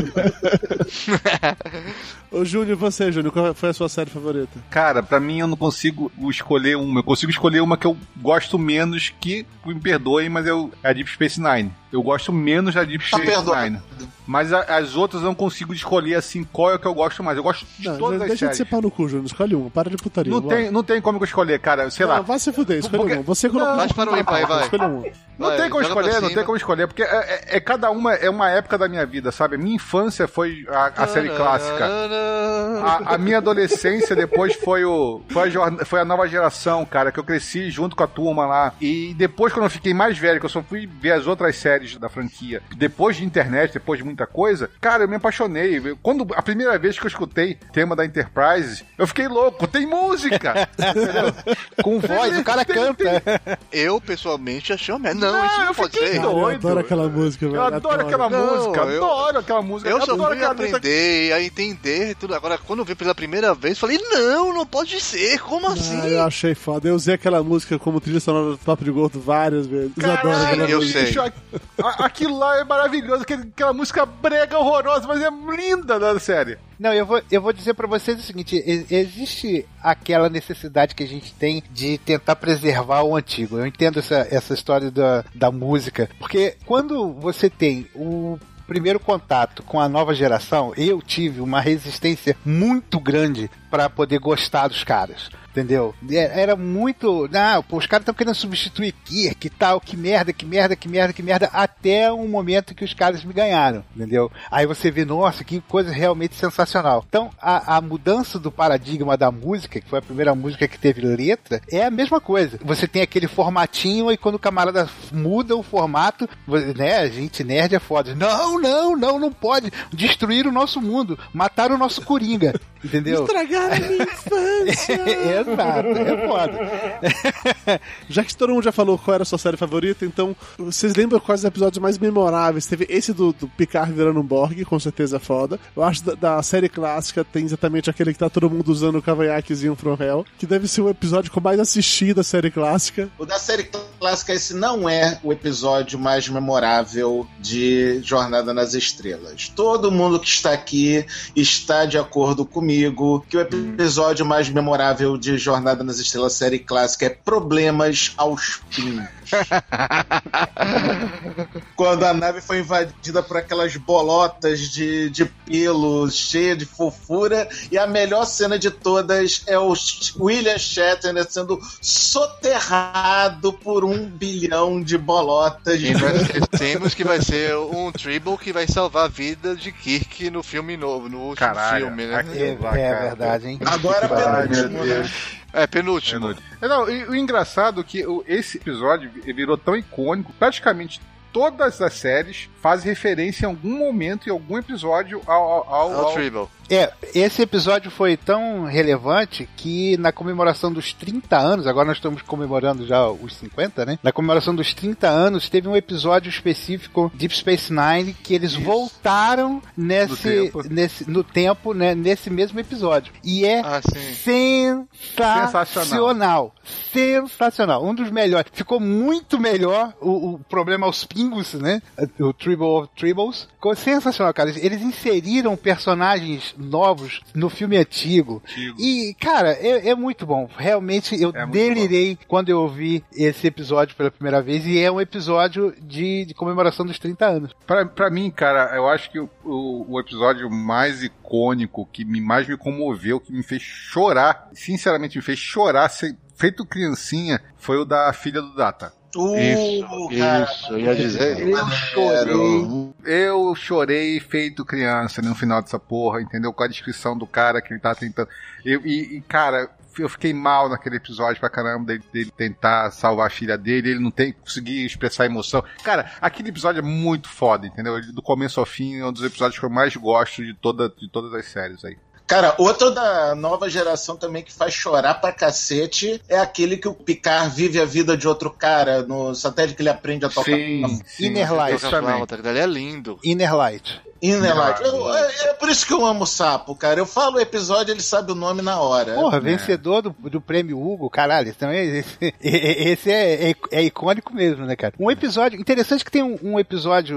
Ô Júnior, qual foi a sua série favorita? Cara, pra mim eu não consigo escolher uma. Eu consigo escolher uma que eu gosto menos, que me perdoem, mas é a Deep Space Nine. Eu gosto menos da Deep Space Nine. Mas as outras eu não consigo escolher assim qual é que eu gosto mais. Eu gosto de todas as séries. Deixa de ser pau no cu, Júnior. Escolhe uma. Para de putaria. Não tem como eu escolher, cara. Sei lá. Vai se fuder. Escolhe uma. Você colocou... Vai para o pai, vai. Escolhe uma. Não tem como escolher, porque cada uma é uma época da minha vida, sabe? A minha infância foi a série clássica. A minha adolescência depois foi a nova geração, cara, que eu cresci junto com a turma lá. E depois, quando eu fiquei mais velho, que eu só fui ver as outras séries da franquia, depois de internet, depois de muita coisa, cara, eu me apaixonei. Quando a primeira vez que eu escutei o tema da Enterprise, eu fiquei louco, tem música! Entendeu? Com voz, o cara canta. Eu, pessoalmente, achei uma merda. Não, isso não pode ser. Eu adoro aquela música, velho. Eu adoro aquela música. Eu só fui aprender a entender tudo. Agora, quando eu vi pela primeira vez, falei, não pode ser, como assim? Eu achei foda. Eu usei aquela música como trilha sonora do Papo de Gordo várias vezes. Caralho, eu sei. Aquilo lá é maravilhoso, aquela música brega horrorosa, mas é linda da série. Não, eu vou dizer pra vocês o seguinte, existe aquela necessidade que a gente tem de tentar preservar o antigo. Eu entendo essa história da música, porque quando você tem o primeiro contato com a nova geração, eu tive uma resistência muito grande para poder gostar dos caras. Entendeu? Era muito... os caras estão querendo substituir Kirk e tal, que merda, até um momento que os caras me ganharam, entendeu? Aí você vê, nossa, que coisa realmente sensacional. Então, a mudança do paradigma da música, que foi a primeira música que teve letra, é a mesma coisa. Você tem aquele formatinho e quando o camarada muda o formato, né, a gente nerd é foda. Não pode destruir o nosso mundo, matar o nosso Coringa, entendeu? Estragar Voltar à minha infância! Exato, é foda. Já que todo mundo já falou qual era a sua série favorita, então, vocês lembram quais os episódios mais memoráveis? Teve esse do Picard virando um Borg, com certeza foda. Eu acho da série clássica tem exatamente aquele que tá todo mundo usando o cavanhaquezinho from hell, que deve ser o episódio com mais assistido da série clássica. O da série clássica, esse não é o episódio mais memorável de Jornada nas Estrelas. Todo mundo que está aqui está de acordo comigo que o episódio mais memorável de Jornada nas Estrelas série clássica é Problemas aos Pingos. Quando a nave foi invadida por aquelas bolotas de pelo cheia de fofura, e a melhor cena de todas é o William Shatner sendo soterrado por 1 bilhão de bolotas. E nós esquecemos que vai ser um Tribble que vai salvar a vida de Kirk no filme novo, no último filme, né? É verdade, hein? Agora penúltimo, né? Penúltimo. Não, e o engraçado é que esse episódio virou tão icônico, praticamente todas as séries fazem referência em algum momento, em algum episódio, ao Tribble. Esse episódio foi tão relevante que na comemoração dos 30 anos, agora nós estamos comemorando já os 50, né? Na comemoração dos 30 anos, teve um episódio específico, Deep Space Nine, que eles voltaram no tempo, né, nesse mesmo episódio. E é sensacional. Sensacional. Um dos melhores. Ficou muito melhor o problema aos pingos, né? O Tribble of Tribbles. Ficou sensacional, cara. Eles inseriram personagens novos no filme antigo. E, cara, é muito bom. Realmente, eu delirei quando eu ouvi esse episódio pela primeira vez, e é um episódio de comemoração dos 30 anos. Pra mim, cara, eu acho que o episódio mais icônico, que mais me comoveu, que me fez chorar, sinceramente me fez chorar, feito criancinha, foi o da filha do Data. Isso, ia dizer. Eu chorei feito criança no final dessa porra, entendeu? Com a descrição do cara que ele tá tentando. Cara, eu fiquei mal naquele episódio pra caramba dele tentar salvar a filha dele, ele não conseguir expressar emoção. Cara, aquele episódio é muito foda, entendeu? Do começo ao fim é um dos episódios que eu mais gosto de todas as séries aí. Cara, outro da nova geração também que faz chorar pra cacete é aquele que o Picard vive a vida de outro cara no satélite que ele aprende a tocar. Sim, Inner Light. Ele é lindo. Inner Light. Inner Light. É por isso que eu amo o Sapo, cara. Eu falo o episódio, ele sabe o nome na hora. Porra, vencedor do prêmio Hugo, caralho. Esse é icônico mesmo, né, cara? Um episódio interessante que tem um episódio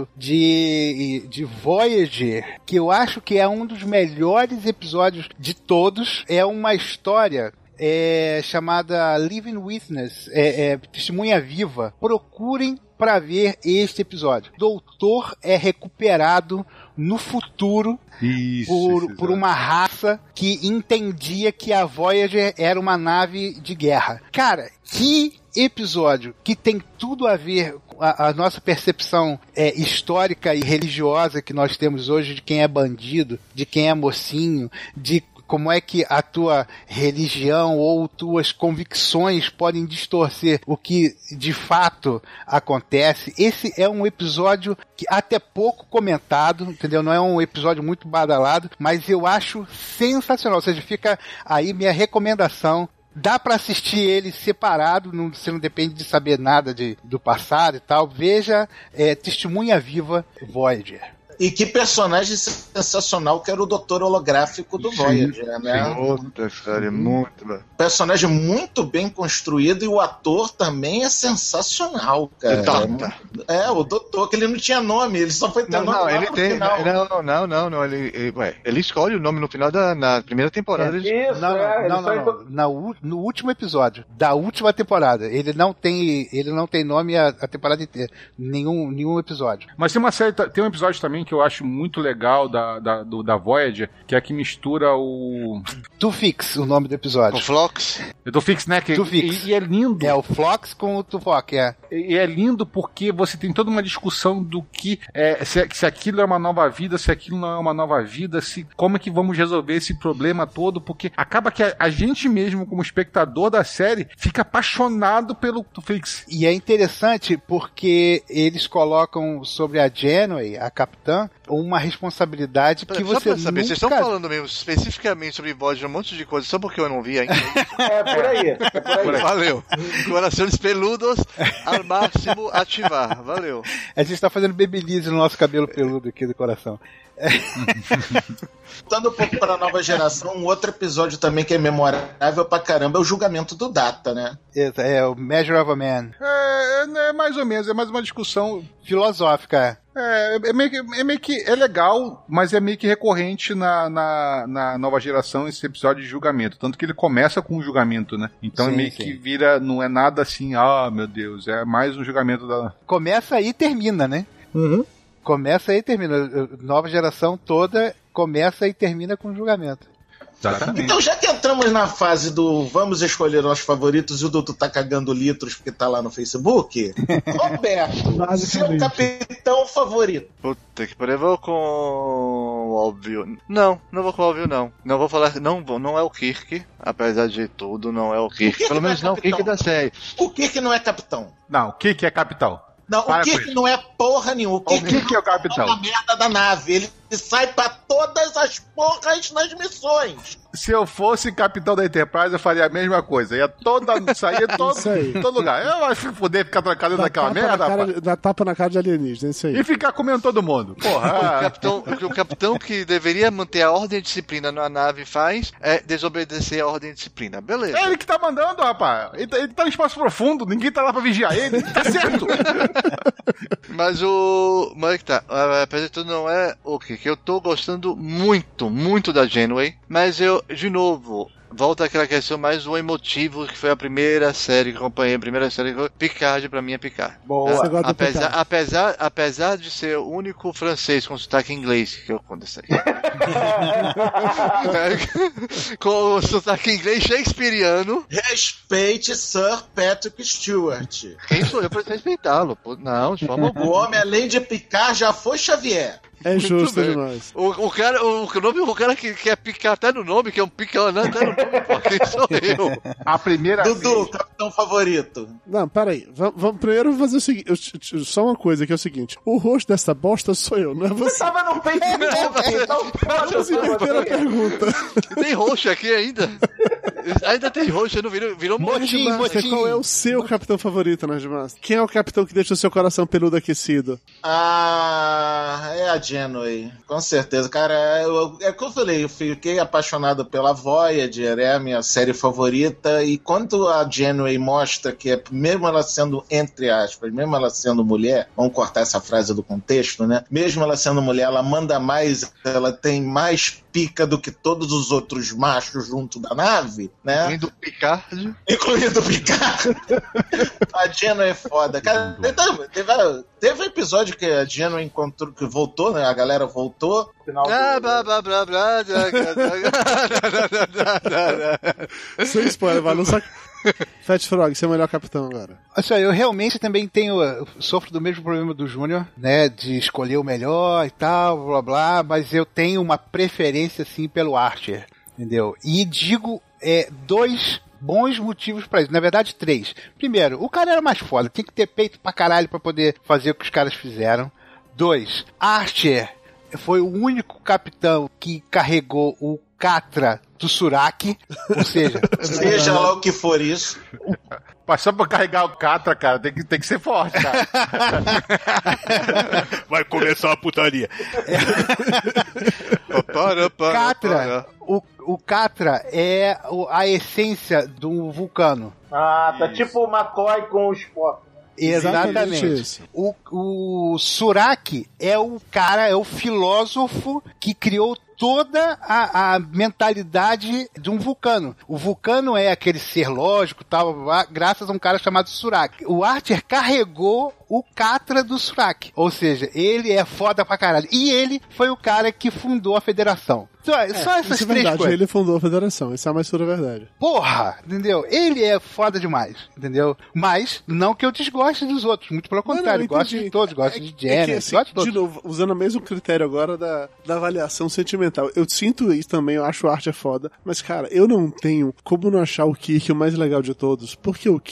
de Voyager que eu acho que é um dos melhores episódios de todos. É uma história chamada Living Witness, Testemunha Viva. Procurem para ver este episódio. O doutor é recuperado no futuro por uma raça que entendia que a Voyager era uma nave de guerra. Cara, que episódio que tem tudo a ver com a nossa percepção histórica e religiosa que nós temos hoje de quem é bandido, de quem é mocinho, de como é que a tua religião ou tuas convicções podem distorcer o que de fato acontece. Esse é um episódio que até pouco comentado, entendeu? Não é um episódio muito badalado, mas eu acho sensacional. Ou seja, fica aí minha recomendação. Dá pra assistir ele separado, você não depende de saber nada do passado e tal. Veja Testemunha Viva Voyager. E que personagem sensacional que era o Doutor Holográfico do Voyager, né? Outra série muito bem. Personagem muito bem construído, e o ator também é sensacional, cara. O Doutor, que ele não tinha nome, ele só foi ter nome lá no final. Não, ele escolhe o nome no final na primeira temporada. No último episódio da última temporada. Ele não tem nome a temporada inteira. Nenhum episódio. Mas tem um episódio também que eu acho muito legal da Voyager, que é a que mistura o... Tufix, o nome do episódio. O Phlox. Tufix, né? Tufix. E é lindo. É o Phlox com o Tuvok, E é lindo porque você tem toda uma discussão do que se aquilo é uma nova vida, se aquilo não é uma nova vida, como é que vamos resolver esse problema todo, porque acaba que a gente mesmo, como espectador da série, fica apaixonado pelo Tufix. E é interessante porque eles colocam sobre a Janeway, a capitã, Kazan uma responsabilidade que Só você pra saber, nunca... vocês estão falando mesmo especificamente sobre voz de um monte de coisa só porque eu não vi ainda. É por aí. Valeu. Corações peludos ao máximo ativar. Valeu. A gente tá fazendo babyliss no nosso cabelo peludo aqui do coração. Voltando um pouco para a nova geração, um outro episódio também que é memorável pra caramba é o julgamento do Data, né? É o Measure of a Man. É mais ou menos, é mais uma discussão. Filosófica. É meio que é legal, mas é meio que recorrente na nova geração esse episódio de julgamento. Tanto que ele começa com um julgamento, né? Então Sim, meio sim. que vira, não é nada assim, meu Deus, é mais um julgamento da. Começa aí e termina, né? Começa aí e termina. Nova geração toda começa e termina com julgamento. Exatamente. Então, já que entramos na fase do vamos escolher nossos favoritos e o Dudu tá cagando litros porque tá lá no Facebook, Roberto, seu capitão favorito. Puta que pariu, eu vou com o óbvio. Não vou com o óbvio, não. Não vou falar, não é o Kirk, apesar de tudo, não é o Kirk. Kirk Pelo não é menos não o Kirk capitão. da série. O Kirk não é capitão. Não, o que é capital? Não, Para o com Kirk isso. não é porra nenhuma. O Kirk é o capitão. É a merda da nave. Ele sai pra todas as porras nas missões. Se eu fosse capitão da Enterprise, eu faria a mesma coisa. Saía Isso aí. em todo lugar. Eu acho que poder ficar trancado naquela merda, rapaz. Dá tapa na cara de alienígena, é isso aí. E ficar comendo todo mundo. Porra. O capitão que deveria manter a ordem e disciplina na nave faz é desobedecer a ordem e disciplina. Beleza. É ele que tá mandando, rapaz. Ele tá em espaço profundo, ninguém tá lá pra vigiar ele. Tá certo. Mas é que tá. Apesar de tudo, não é o que eu tô gostando muito da Janeway. Mas eu, de novo, volta àquela questão mais o emotivo, que foi a primeira série que eu acompanhei, a primeira série que eu... Picard, pra mim é Picard. Boa. Você gosta do Picard. Apesar de ser o único francês com sotaque inglês que eu conheço aí. Com o sotaque inglês shakespeariano. Respeite Sir Patrick Stewart. Quem sou eu pra respeitá-lo? Pô, não, de forma O alguma. homem, além de picar, já foi Xavier. É justo bem. demais. O cara que quer picar até no nome, que é um picanã até no nome, pô, quem sou eu? A primeira Dudu, vez. capitão favorito. Não, peraí. Vamos primeiro fazer o seguinte. Só uma coisa que é o seguinte. O rosto dessa bosta sou eu, não é Você você. tava no Facebook, então Mas a primeira pergunta. Tem roxo aqui ainda? Ainda tem roxo, não virou Motim, Nerdmaster, motim. qual é o seu capitão favorito, Nerdmaster? Quem é o capitão que deixa o seu coração peludo aquecido? É a Janeway, com certeza. Cara, é o que eu falei, eu fiquei apaixonado pela Voyager, é a minha série favorita, e quando a Janeway mostra que, mesmo ela sendo, entre aspas, mesmo ela sendo mulher, vamos cortar essa frase do contexto, né? Mesmo ela sendo mulher, ela manda mais, ela tem mais pica do que todos os outros machos junto da nave, né? Incluindo Picard. Incluindo o Picard. A Janeway é foda. Cara, teve um episódio que a Janeway encontrou, que voltou, né? A galera voltou. Sem spoiler, vai. Não sabe. Fat Frog, você é o melhor capitão agora. Olha só, eu realmente também sofro do mesmo problema do Júnior, né, de escolher o melhor e tal, blá blá, mas eu tenho uma preferência, assim, pelo Archer, entendeu? E digo, dois bons motivos pra isso, na verdade 3. Primeiro, o cara era mais foda, tem que ter peito pra caralho pra poder fazer o que os caras fizeram. 2, Archer foi o único capitão que carregou o Catra do Surak, ou seja... Seja lá o que for isso. Mas só pra carregar o Catra, cara, tem que ser forte, cara. Vai começar a putaria. Catra, o Catra é a essência do vulcano. Ah, tá tipo o McCoy com o Spock. Exatamente Exatamente. isso. O Surak é o cara, é o filósofo que criou toda a mentalidade de um vulcano. O vulcano é aquele ser lógico, tal, graças a um cara chamado Surak. O Archer carregou o Catra do Surak. Ou seja, ele é foda pra caralho. E ele foi o cara que fundou a federação. Só essas Isso é três verdade, coisas. ele fundou a federação, isso é a mais pura verdade. Porra, entendeu? Ele é foda demais, entendeu? Mas não que eu desgoste dos outros, muito pelo contrário, eu gosto entendi. de todos, gosto de que, Jenner, assim, gosto de todos. de novo, usando o mesmo critério agora da avaliação sentimental. Eu sinto isso também, eu acho o Archer foda, mas cara, eu não tenho como não achar o Kirk o mais legal de todos, porque o Kirk,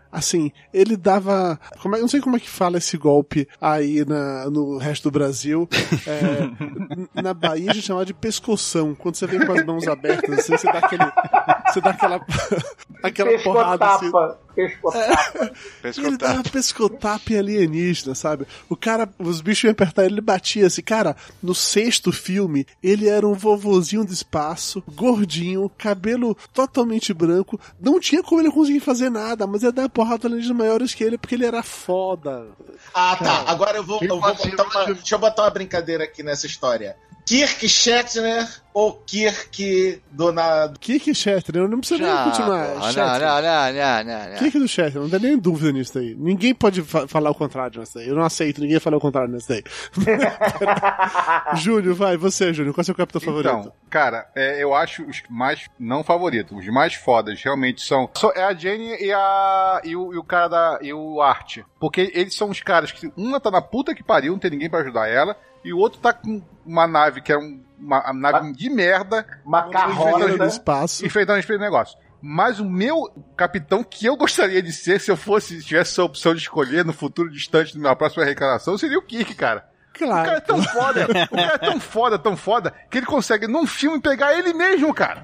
assim, ele dava... não sei como é que fala esse golpe aí no resto do Brasil. Na Bahia a gente chama de pescoção. Quando você vem com as mãos abertas, assim, você dá aquela porrada assim. Ele dava pescotapa alienígena, sabe? O cara, os bichos iam apertar ele batia assim. Cara, no 6º filme, ele era um vovozinho do espaço, gordinho, cabelo totalmente branco. Não tinha como ele conseguir fazer nada, mas ia dar porrada alienígena maiores que ele, porque ele era foda. Ah, tá. Agora eu vou deixa eu botar uma brincadeira aqui nessa história. Kirk Shatner ou Kirk do Kirk Shatner, eu não preciso nem continuar. Não. Kirk do Shatner, não tem nem dúvida nisso aí. Ninguém pode falar o contrário nisso aí. Eu não aceito ninguém falar o contrário nisso aí. Júnior, vai, você, Júnior, qual é o seu capitão favorito? Então, cara, eu acho os mais, não favoritos, os mais fodas realmente são a Jenny e o cara e o Art. Porque eles são os caras que, uma tá na puta que pariu, não tem ninguém pra ajudar ela, e o outro tá com uma nave que é uma nave de merda. Uma carroça no espaço. Enfrentando esse negócio. Mas o meu capitão que eu gostaria de ser, se eu tivesse a opção de escolher no futuro distante da minha próxima reencarnação, seria o Kirk, cara. Claro. O cara é tão foda, tão foda, que ele consegue num filme pegar ele mesmo, cara.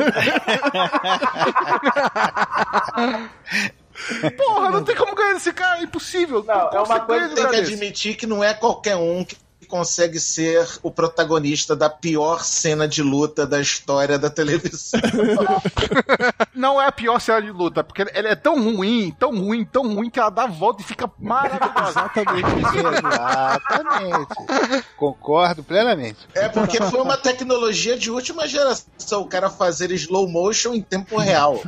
Porra, não tem como ganhar desse cara, é impossível. Não, é uma coisa que tem que admitir que não é qualquer um que consegue ser o protagonista da pior cena de luta da história da televisão. Não é a pior cena de luta, porque ela é tão ruim, que ela dá a volta e fica maravilhosa. Exatamente. Concordo plenamente. É porque foi uma tecnologia de última geração, o cara fazer slow motion em tempo real.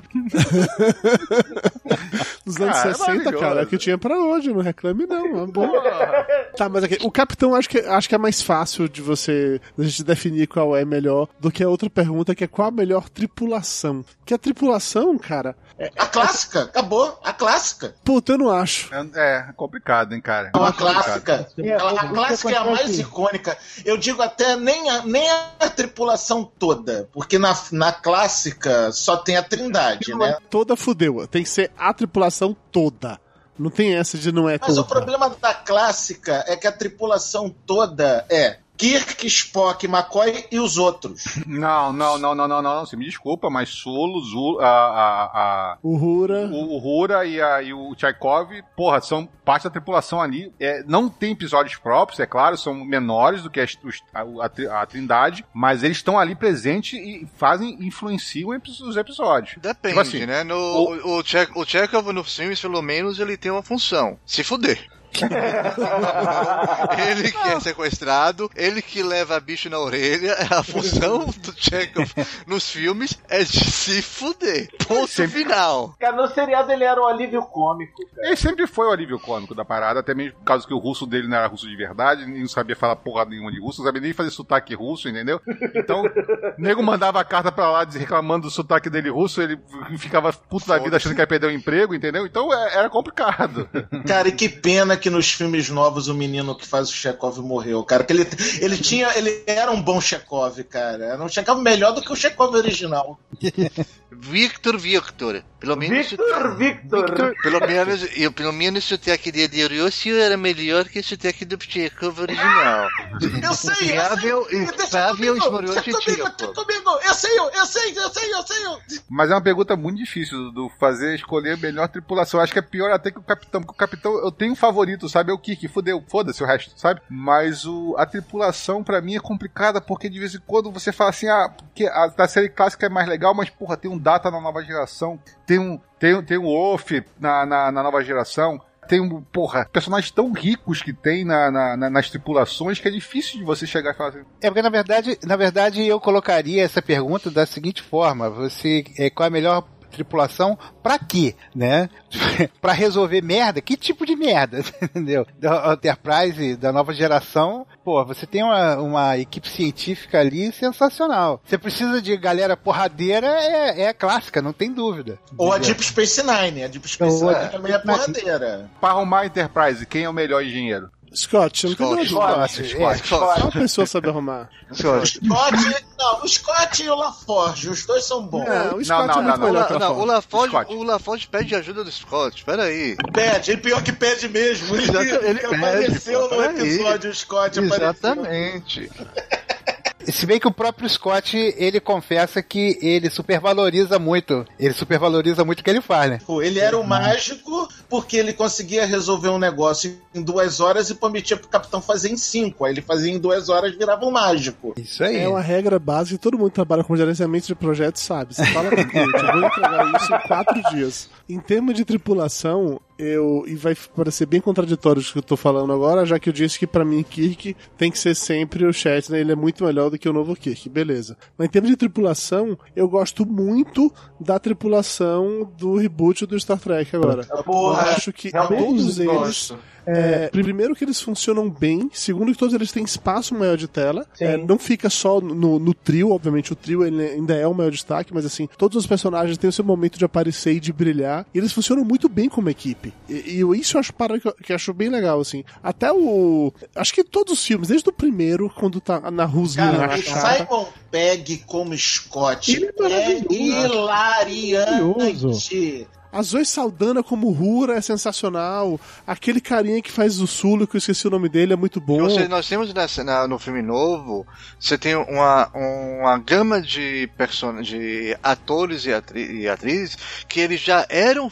Nos anos 60, cara, é o que tinha pra hoje, não reclame não, é uma boa. Tá, mas aqui, o capitão acho que é mais fácil de a gente definir qual é melhor do que a outra pergunta, que é qual a melhor tripulação. Porque a tripulação, cara... A clássica, acabou, a clássica. Puta, eu não acho. É complicado, hein, cara. A clássica. A clássica é a mais icônica. Eu digo até nem a tripulação toda, porque na clássica só tem a Trindade, né? Toda fudeu, tem que ser a tripulação toda. Não tem essa de não é Mas contra. o problema da clássica é que a tripulação toda é Kirk, Spock, McCoy e os outros. Não. Você me desculpa, mas Solo, o Uhura e o Tchaikov, porra, são parte da tripulação ali. Não tem episódios próprios, é claro, são menores do que a Trindade, mas eles estão ali presentes e influenciam os episódios. Depende, tipo assim, né? O Chekhov nos filmes, pelo menos, ele tem uma função: se fuder. Ele que é sequestrado, ele que leva bicho na orelha. A função do Chekhov nos filmes é de se fuder. Ponto final. Cara, no seriado ele era o alívio cômico, cara. Ele sempre foi o alívio cômico da parada, até mesmo por causa que o russo dele não era russo de verdade, nem sabia falar porra nenhuma de russo, não sabia nem fazer sotaque russo, entendeu? Então, o nego mandava a carta pra lá reclamando do sotaque dele russo, ele ficava puto da vida achando que ia perder o emprego, entendeu? Então era complicado. Cara, e que pena que nos filmes novos o menino que faz o Chekhov morreu, cara. Que ele era um bom Chekhov, cara. Era um Chekhov melhor do que o Chekhov original. Victor. Pelo menos Victor. Pelo menos o sotaque de Rússio era melhor que o sotaque do Chekhov original. Eu sei. Fável esmorou Tá comigo. Eu sei. Mas é uma pergunta muito difícil do fazer escolher a melhor tripulação. Acho que é pior até que o capitão, porque o capitão eu tenho um favorito, sabe? É o Kirk, foda-se o resto, sabe? Mas a tripulação pra mim é complicada, porque de vez em quando você fala assim, que a série clássica é mais legal, mas porra, tem um Data na nova geração, tem um Worf na nova geração, tem personagens tão ricos que tem nas tripulações que é difícil de você chegar e falar assim. É porque na verdade eu colocaria essa pergunta da seguinte forma: qual é a melhor tripulação pra quê, né? Pra resolver merda? Que tipo de merda? Entendeu? Da Enterprise, da nova geração, você tem uma equipe científica ali sensacional. Você precisa de galera porradeira, é clássica, não tem dúvida. Ou a Deep Space Nine. A Deep Space Nine também é porradeira. Pra arrumar a Enterprise, quem é o melhor engenheiro? Scott, não tem nada. Scott. Só uma pessoa sabe arrumar. Scott. O Scott e o LaForge, os dois são bons. O Scott é muito melhor que a Ford. O LaForge pede ajuda do Scott, peraí. Pede, ele pior que pede mesmo. Ele apareceu no episódio, o Scott apareceu. Exatamente. Se bem que o próprio Scott, ele confessa que ele supervaloriza muito. Ele supervaloriza muito o que ele faz, né? Ele era o mágico porque ele conseguia resolver um negócio em 2 horas e permitia pro capitão fazer em 5. Aí ele fazia em 2 horas e virava um mágico. Isso aí. É uma regra básica que todo mundo que trabalha com gerenciamento de projetos sabe. Você fala com o cliente, eu vou entregar isso em 4 dias. Em termos de tripulação, e vai parecer bem contraditório o que eu tô falando agora, já que eu disse que pra mim Kirk tem que ser sempre o Shatner, ele é muito melhor do que o novo Kirk, beleza. Mas em termos de tripulação, eu gosto muito da tripulação do reboot do Star Trek agora. Eu acho que todos eles... primeiro que eles funcionam bem, segundo que todos eles têm espaço maior de tela, não fica só no trio, obviamente o trio ele ainda é o maior destaque, mas assim, todos os personagens têm o seu momento de aparecer e de brilhar, e eles funcionam muito bem como equipe, e isso eu acho que eu acho bem legal, assim, até acho que todos os filmes, desde o primeiro, quando tá na Rusguinha, cara, o Simon Pegg como Scott é hilariante. A Zoe Saldana como Uhura é sensacional. Aquele carinha que faz o Sulu, que eu esqueci o nome dele, é muito bom. Nós temos no filme novo, você tem uma gama de atores e atrizes que eles já eram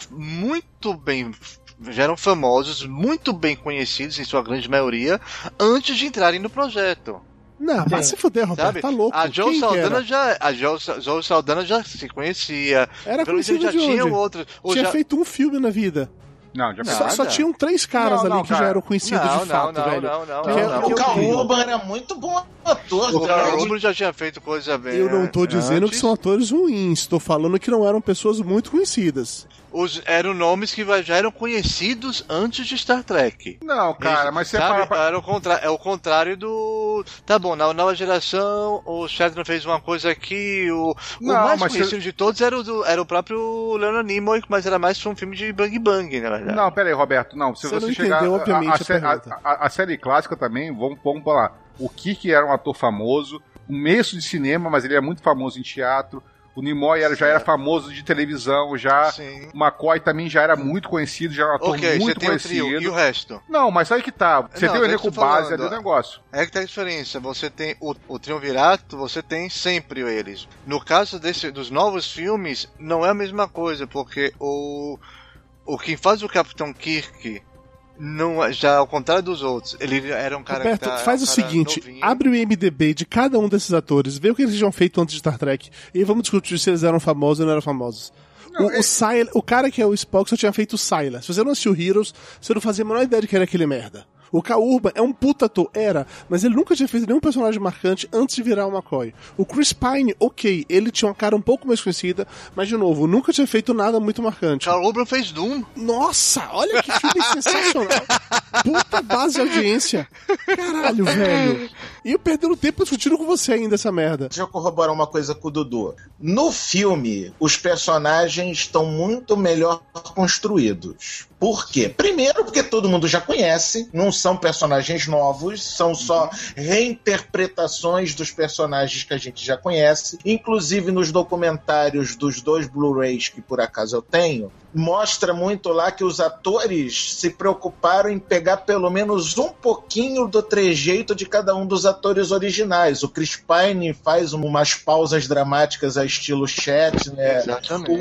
famosos, muito bem conhecidos, em sua grande maioria, antes de entrarem no projeto. Não, vai se fuder, Roberto, sabe? Tá louco. A Joe Saldana já se conhecia. Era conhecido de onde? Tinha feito um filme na vida. Não, já só tinham 3 caras ali que já eram conhecidos de fato, velho. O Carl Urban era muito bom ator. O Carl Urban já tinha feito coisa bem. Eu não tô dizendo que são atores ruins, tô falando que não eram pessoas muito conhecidas. Eram nomes que já eram conhecidos antes de Star Trek. Não, cara, mas você sabe, é o contrário do... Tá bom, na nova geração, o Shatner fez uma coisa aqui, o mais conhecido de todos era o próprio Leonard Nimoy, mas era mais um filme de Bang Bang, na verdade. Não, pera aí, Roberto, não, se você chegar... Entendeu, obviamente, a série clássica também, vamos falar, o Kirk era um ator famoso, um meio de cinema, mas ele é muito famoso em teatro. O Nimoy já era famoso de televisão, já. Sim. O McCoy também já era muito conhecido, já era um ator muito conhecido. O trio, e o resto? Não, mas aí que tá. Você tem o elenco base ali do negócio. É que tá a diferença. Você tem o triunvirato, você tem sempre eles. No caso dos novos filmes, não é a mesma coisa, porque quem faz o Capitão Kirk... Não, já ao contrário dos outros, ele era um cara Roberto, faz o seguinte, novinho. Abre o IMDb de cada um desses atores, vê o que eles tinham feito antes de Star Trek, e vamos discutir se eles eram famosos ou não eram famosos. O cara que é o Spock só tinha feito o Silas. Se você não assistiu Heroes, você não fazia a menor ideia de que era aquele merda. O Carl Urban é um puta ator, mas ele nunca tinha feito nenhum personagem marcante antes de virar o McCoy. O Chris Pine, ok, ele tinha uma cara um pouco mais conhecida, mas de novo, nunca tinha feito nada muito marcante. Carl Urban fez Doom. Nossa, olha que filme sensacional. Puta base de audiência. Caralho, velho. E eu perdendo tempo discutindo com você ainda essa merda. Deixa eu corroborar uma coisa com o Dudu. No filme, os personagens estão muito melhor construídos. Por quê? Primeiro, porque todo mundo já conhece, não são personagens novos, são só reinterpretações dos personagens que a gente já conhece. Inclusive, nos documentários dos 2 Blu-rays que por acaso eu tenho, mostra muito lá que os atores se preocuparam em pegar pelo menos um pouquinho do trejeito de cada um dos atores originais. O Chris Pine faz umas pausas dramáticas a estilo Chat, né? Exatamente.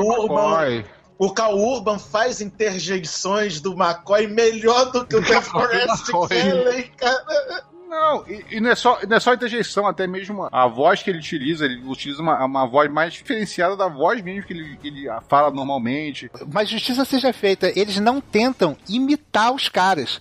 O Carl Urban faz interjeições do McCoy melhor do que o DeForest Kelley, cara. Não, e não é só interjeição, até mesmo a voz que ele utiliza uma voz mais diferenciada da voz mesmo que ele fala normalmente. Mas justiça seja feita, eles não tentam imitar os caras.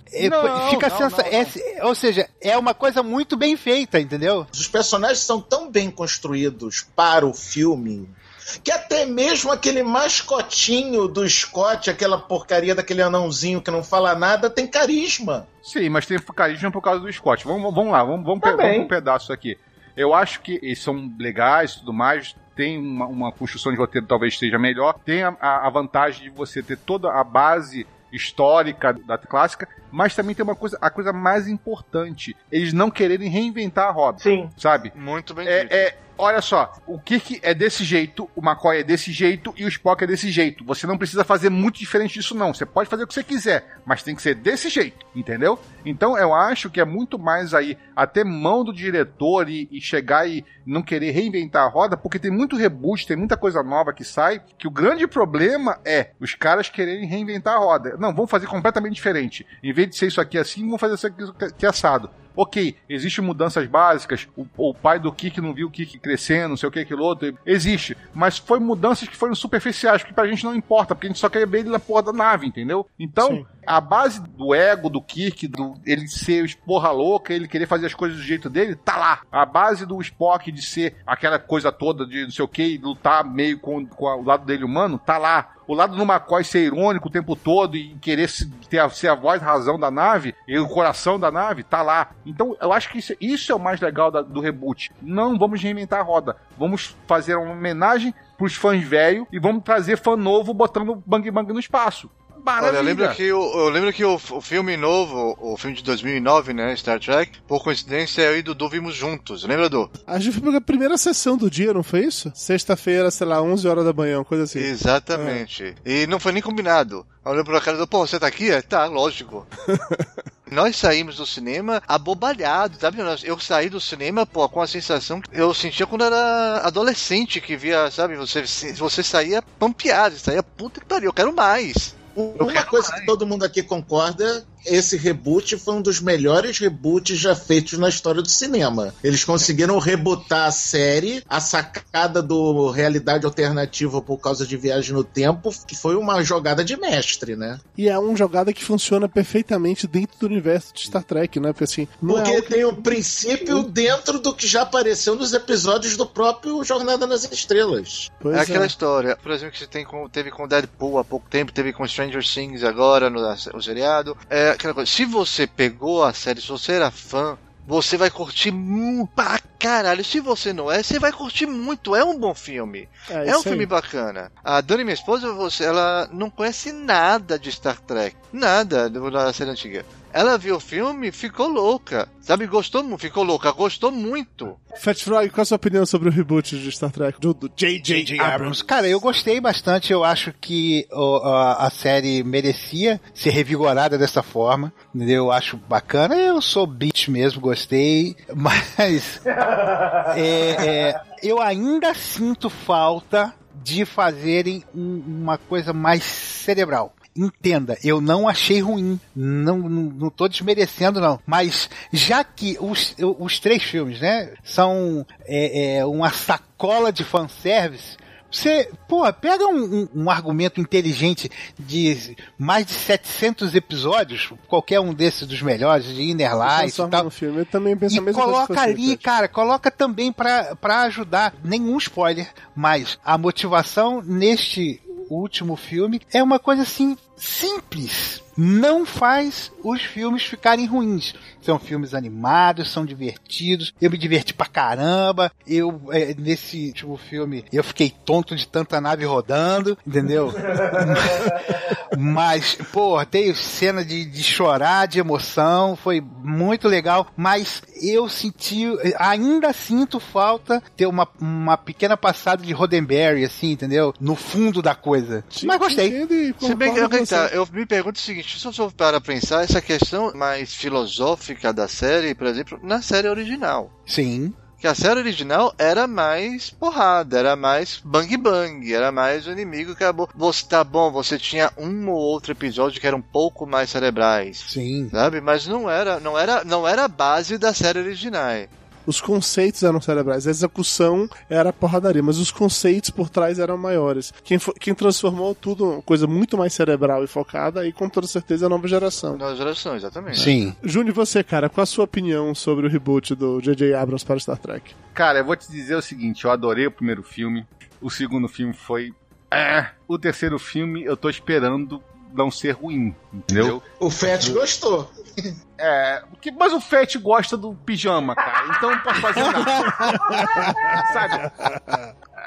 Ou seja, é uma coisa muito bem feita, entendeu? Os personagens são tão bem construídos para o filme que até mesmo aquele mascotinho do Scott, aquela porcaria daquele anãozinho que não fala nada, tem carisma. Sim, mas tem carisma por causa do Scott. Vamos lá, vamos um pedaço aqui. Eu acho que eles são legais e tudo mais, tem uma construção de roteiro talvez esteja melhor, tem a vantagem de você ter toda a base histórica da clássica, mas também tem a coisa mais importante, eles não quererem reinventar a roda. Sim. Sabe? Muito bem dito. Olha só, o Kirk é desse jeito, o McCoy é desse jeito e o Spock é desse jeito. Você não precisa fazer muito diferente disso, não. Você pode fazer o que você quiser, mas tem que ser desse jeito, entendeu? Então eu acho que é muito mais aí até mão do diretor e chegar e não querer reinventar a roda, porque tem muito reboot, tem muita coisa nova que sai, que o grande problema é os caras quererem reinventar a roda. Não, vamos fazer completamente diferente. Em vez de ser isso aqui assim, vamos fazer isso aqui assado. Ok, existem mudanças básicas, o pai do Kirk não viu o Kirk crescendo, não sei o que, aquilo outro, existe, mas foi mudanças que foram superficiais, que pra gente não importa, porque a gente só quer ver ele na porra da nave, entendeu? Então, sim, a base do ego do Kirk, ele ser porra louca, ele querer fazer as coisas do jeito dele, tá lá. A base do Spock de ser aquela coisa toda de não sei o que, e lutar meio com o lado dele humano, tá lá. O lado do McCoy ser irônico o tempo todo e querer ser a voz razão da nave, e o coração da nave, tá lá. Então, eu acho que isso é o mais legal do reboot. Não vamos reinventar a roda. Vamos fazer uma homenagem pros fãs velhos e vamos trazer fã novo botando Bang Bang no espaço. Maravilha. Olha, eu lembro que o filme novo, o filme de 2009, né, Star Trek, por coincidência, eu e Dudu vimos juntos. Lembra, Dudu? A gente foi pra primeira sessão do dia, não foi isso? Sexta-feira, sei lá, 11 horas da manhã, uma coisa assim. Exatamente. E não foi nem combinado. Olhou pra cara do, pô, você tá aqui? Tá, lógico. Nós saímos do cinema abobalhados, sabe? Eu saí do cinema, pô, com a sensação que eu sentia quando era adolescente, que via, sabe? Você saía pampeado, saía, puta que pariu, eu quero mais. Uma coisa que todo mundo aqui concorda, esse reboot foi um dos melhores reboots já feitos na história do cinema. Eles conseguiram rebootar a série, a sacada do realidade alternativa por causa de viagem no tempo, que foi uma jogada de mestre, né? E é uma jogada que funciona perfeitamente dentro do universo de Star Trek, né? Porque assim, porque tem um princípio dentro do que já apareceu nos episódios do próprio Jornada nas Estrelas. Pois é aquela história, por exemplo, que você teve com Deadpool há pouco tempo, teve com Stranger Things agora no seriado. Aquela coisa, se você pegou a série, se você era fã, você vai curtir pra caralho. Se você não é, você vai curtir muito. É um bom filme. É um filme bacana. A Dani, minha esposa, ela não conhece nada de Star Trek. Nada da série antiga. Ela viu o filme e ficou louca. Sabe, ficou louca, gostou muito. Fat Frog, qual a sua opinião sobre o reboot de Star Trek? Do J.J. Abrams? Cara, eu gostei bastante. Eu acho que a série merecia ser revigorada dessa forma. Entendeu? Eu acho bacana. Eu sou bitch mesmo, gostei. Mas eu ainda sinto falta de fazerem uma coisa mais cerebral. Entenda, eu não achei ruim, não tô desmerecendo não, mas já que os 3 filmes, né, são uma sacola de fanservice, você, pega um argumento inteligente de mais de 700 episódios, qualquer um desses dos melhores, de Inner Light e tal, no filme. Eu também penso a e mesma coloca coisa ali, cara, coloca também pra ajudar, nenhum spoiler, mas a motivação neste último filme é uma coisa assim simples, não faz os filmes ficarem ruins. São filmes animados, são divertidos, eu me diverti pra caramba, nesse último filme eu fiquei tonto de tanta nave rodando, entendeu? Mas, tem cena de chorar, de emoção, foi muito legal, mas eu ainda sinto falta ter uma pequena passada de Roddenberry, assim, entendeu? No fundo da coisa. Mas gostei. Se bem que eu me pergunto o seguinte, se eu for para pensar essa questão mais filosófica da série, por exemplo, na série original. Sim. Que a série original era mais porrada, era mais bang bang, era mais o inimigo que acabou. Você tinha um ou outro episódio que era um pouco mais cerebrais. Sim. Sabe? Mas não era a base da série original. Os conceitos eram cerebrais, a execução era porradaria, mas os conceitos por trás eram maiores. Quem transformou tudo uma coisa muito mais cerebral e focada, e com toda certeza a nova geração. Nova geração, exatamente. Sim. Júnior, e você, cara, qual a sua opinião sobre o reboot do J.J. Abrams para Star Trek? Cara, eu vou te dizer o seguinte, eu adorei o primeiro filme, o segundo filme foi... o terceiro filme eu tô esperando não ser ruim, entendeu? O Fett gostou. Mas o Fett gosta do pijama, cara, então não posso fazer nada. Sabe?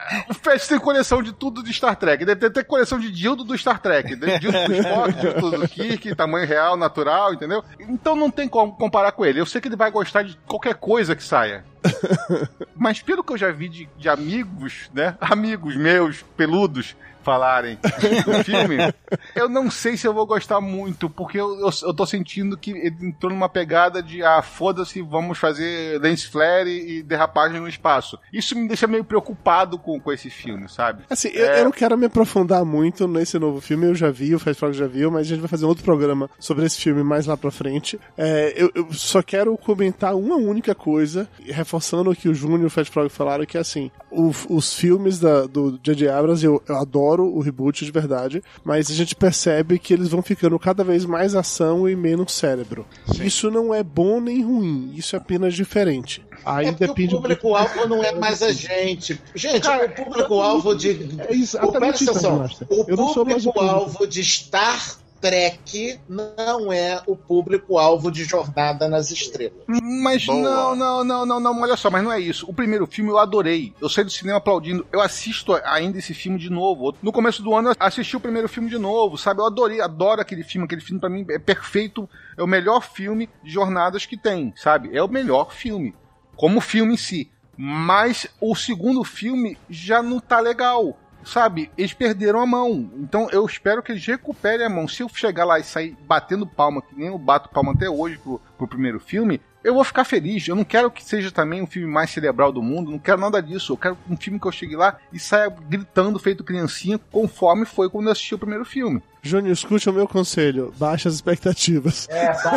O Fest tem coleção de tudo de Star Trek. Deve ter coleção de dildo do Star Trek. Dildo do Spock, dildo do Kirk, tamanho real, natural, entendeu? Então não tem como comparar com ele. Eu sei que ele vai gostar de qualquer coisa que saia. Mas pelo que eu já vi de amigos, né? Amigos meus, peludos, falarem do filme, eu não sei se eu vou gostar muito, porque eu tô sentindo que ele entrou numa pegada de foda-se, vamos fazer lens flare e derrapagem no espaço. Isso me deixa meio preocupado com esse filme, sabe? Assim, eu não quero me aprofundar muito nesse novo filme, eu já vi, o Fast Frog já viu, mas a gente vai fazer um outro programa sobre esse filme mais lá pra frente. Eu só quero comentar uma única coisa, reforçando o que o Júnior e o Fast Frog falaram, que é assim, os filmes do J.J. Abrams, eu adoro o reboot de verdade, mas a gente percebe que eles vão ficando cada vez mais ação e menos cérebro. Sim. Isso não é bom nem ruim, isso é apenas diferente. Aí depende. O público-alvo não é mais a gente. Gente, cara, o público-alvo de. É exatamente isso. O público-alvo de Star Trek não é o público-alvo de Jornada nas Estrelas. Mas não, olha só, mas não é isso. O primeiro filme eu adorei. Eu saí do cinema aplaudindo. Eu assisto ainda esse filme de novo. No começo do ano eu assisti o primeiro filme de novo, sabe? Eu adoro aquele filme. Aquele filme pra mim é perfeito. É o melhor filme de Jornadas que tem, sabe? É o melhor filme. Como filme em si. Mas o segundo filme já não tá legal. Sabe, eles perderam a mão. Então eu espero que eles recuperem a mão. Se eu chegar lá e sair batendo palma, que nem eu bato palma até hoje pro primeiro filme, eu vou ficar feliz. Eu não quero que seja também o filme mais cerebral do mundo, não quero nada disso. Eu quero um filme que eu chegue lá e saia gritando feito criancinha, conforme foi quando eu assisti o primeiro filme. Júnior, escute o meu conselho. Baixa as expectativas.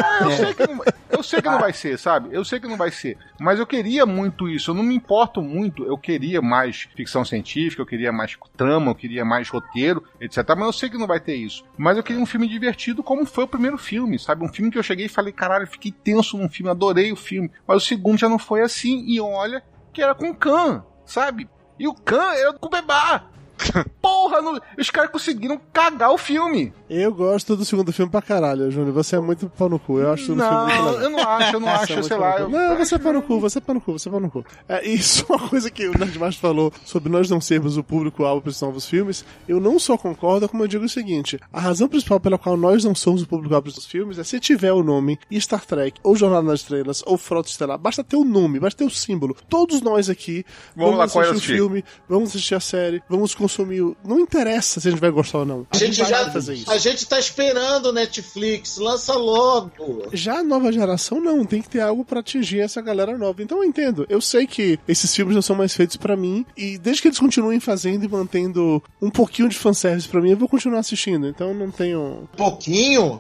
Eu sei que não vai ser, sabe? Eu sei que não vai ser. Mas eu queria muito isso. Eu não me importo muito. Eu queria mais ficção científica, eu queria mais trama, eu queria mais roteiro, etc. Mas eu sei que não vai ter isso. Mas eu queria um filme divertido como foi o primeiro filme, sabe? Um filme que eu cheguei e falei, caralho, eu fiquei tenso num filme, adorei o filme. Mas o segundo já não foi assim. E olha que era com o Khan, sabe? E o Khan era com o Bebá. Porra, os caras conseguiram cagar o filme. Eu gosto do segundo filme pra caralho, Júnior. Você é muito pau no cu. Eu acho o filme muito legal. Eu não acho, sei lá. Não, você é pau no cu, você é pau no cu. Isso é uma coisa que o Nerdmaster falou sobre nós não sermos o público-alvo para os novos filmes. Eu não só concordo, como eu digo o seguinte: a razão principal pela qual nós não somos o público-alvo para os filmes é se tiver o nome Star Trek, ou Jornada nas Estrelas, ou Frota Estelar. Basta ter o nome, basta ter o símbolo. Todos nós aqui vamos assistir o filme, vamos assistir a série, vamos consumir. Não interessa se a gente vai gostar ou não. A gente tá esperando Netflix, lança logo. Já a nova geração não, tem que ter algo pra atingir essa galera nova. Então eu entendo. Eu sei que esses filmes não são mais feitos pra mim, e desde que eles continuem fazendo e mantendo um pouquinho de fanservice pra mim, eu vou continuar assistindo. Então não tenho... Pouquinho?